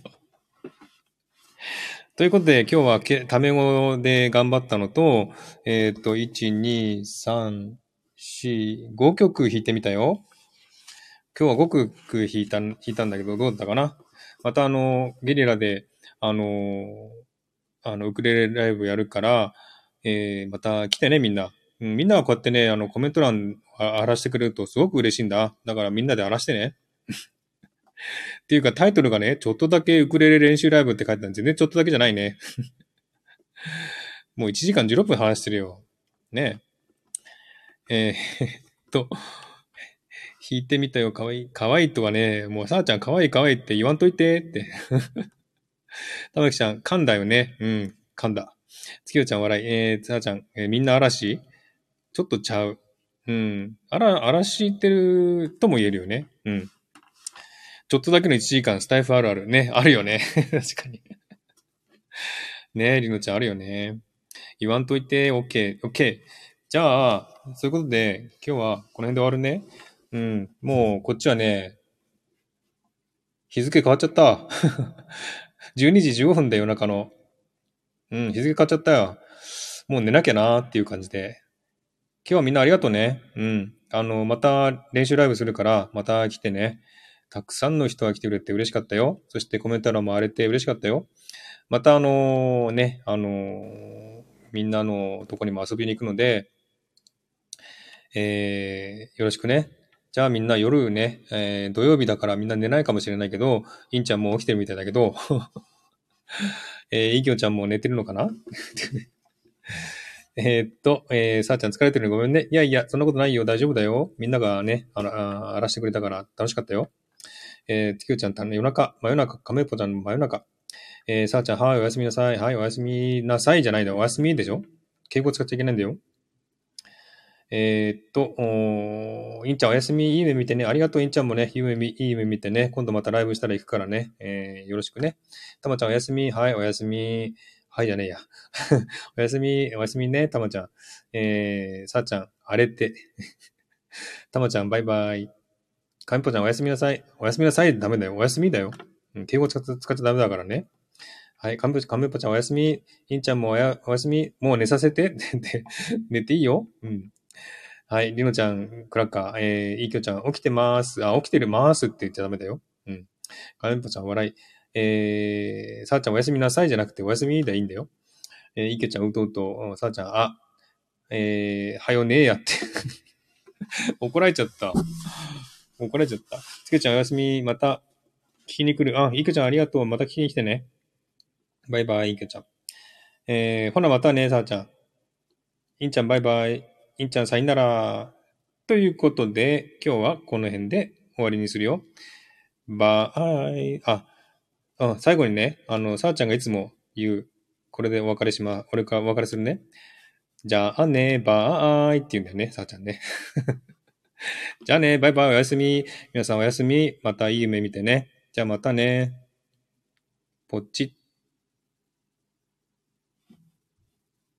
ということで、今日はタメ語で頑張ったのと、1、2、3、4、5曲弾いてみたよ。今日は5曲弾いたんだけど、どうだったかな？またゲリラで、あの、ウクレレライブやるから、また来てね、みんな。うん、みんなはこうやってね、コメント欄荒らしてくれるとすごく嬉しいんだ。だからみんなで荒らしてね。っていうかタイトルがね、ちょっとだけウクレレ練習ライブって書いてたんですよね。ちょっとだけじゃないね。もう1時間16分話してるよ。ねえ。と、弾いてみたよ。かわいい。かわいいとかね、もうさあちゃんかわいいかわいいって言わんといてって。玉木ちゃん、噛んだよね。うん、噛んだ。月夜ちゃん笑い。さあちゃん、みんな嵐ちょっとちゃう。うん。嵐してるとも言えるよね。うん。ちょっとだけの1時間、スタイフあるある。ね、あるよね。確かに。ねりのちゃんあるよね。言わんといて、OK、OK。じゃあ、そういうことで、今日はこの辺で終わるね。うん。もう、こっちはね、日付変わっちゃった。12時15分だよ、夜中の。うん、日付変わっちゃったよ。もう寝なきゃなーっていう感じで。今日はみんなありがとうね。うん。また練習ライブするから、また来てね。たくさんの人が来てくれて嬉しかったよ。そしてコメント欄も荒れて嬉しかったよ。またみんなのとこにも遊びに行くので、よろしくね。じゃあみんな夜ね、土曜日だからみんな寝ないかもしれないけど、インちゃんも起きてるみたいだけど、イキョちゃんも寝てるのかな？さあちゃん疲れてるのごめんね。いやいや、そんなことないよ。大丈夫だよ。みんながね、荒らしてくれたから楽しかったよ。ききょちゃん、夜中、真夜中、亀っぽちゃん、真夜中。さあちゃん、はい、おやすみなさい。はい、おやすみなさいじゃないだよ。おやすみでしょ？敬語使っちゃいけないんだよ。インちゃんおやすみ、いい夢見てね。ありがとう、インちゃんもね、いい夢見てね。今度またライブしたら行くからね。よろしくね。たまちゃんおやすみ、はい、おやすみ。はいじゃねえや。おやすみ、おやすみね、たまちゃん。さあちゃん、あれって。たまちゃん、バイバイ。かみぽちゃん、おやすみなさい。おやすみなさい、ダメだよ。おやすみだよ。うん、敬語使っちゃダメだからね。はい、かみぽちゃん、おやすみ。インちゃんもおやすみ。もう寝させて。で寝ていいよ。うん。はい、りのちゃん、クラッカー、いきょちゃん、起きてます。あ、起きてるますって言っちゃダメだよ。うん。かみぽちゃん、笑い。さあちゃん、おやすみなさいじゃなくて、おやすみでいいんだよ。いきょちゃん、うとうと、さあちゃん、はよねえやって怒られちゃった。怒られちゃった。つけちゃん、おやすみ。また、聞きに来る。あ、いきょちゃん、ありがとう。また聞きに来てね。バイバイ、いきょちゃん。ほな、またね、さあちゃん。いんちゃん、バイバイ。いんちゃん、さよなら。ということで、今日はこの辺で終わりにするよ。バイ。最後にね、さあちゃんがいつも言う、これでお別れしま、俺からお別れするね。じゃあね、バイって言うんだよね、さあちゃんね。じゃあね、バイバイ、おやすみ。皆さんおやすみ。またいい夢見てね。じゃあまたね。ポチッ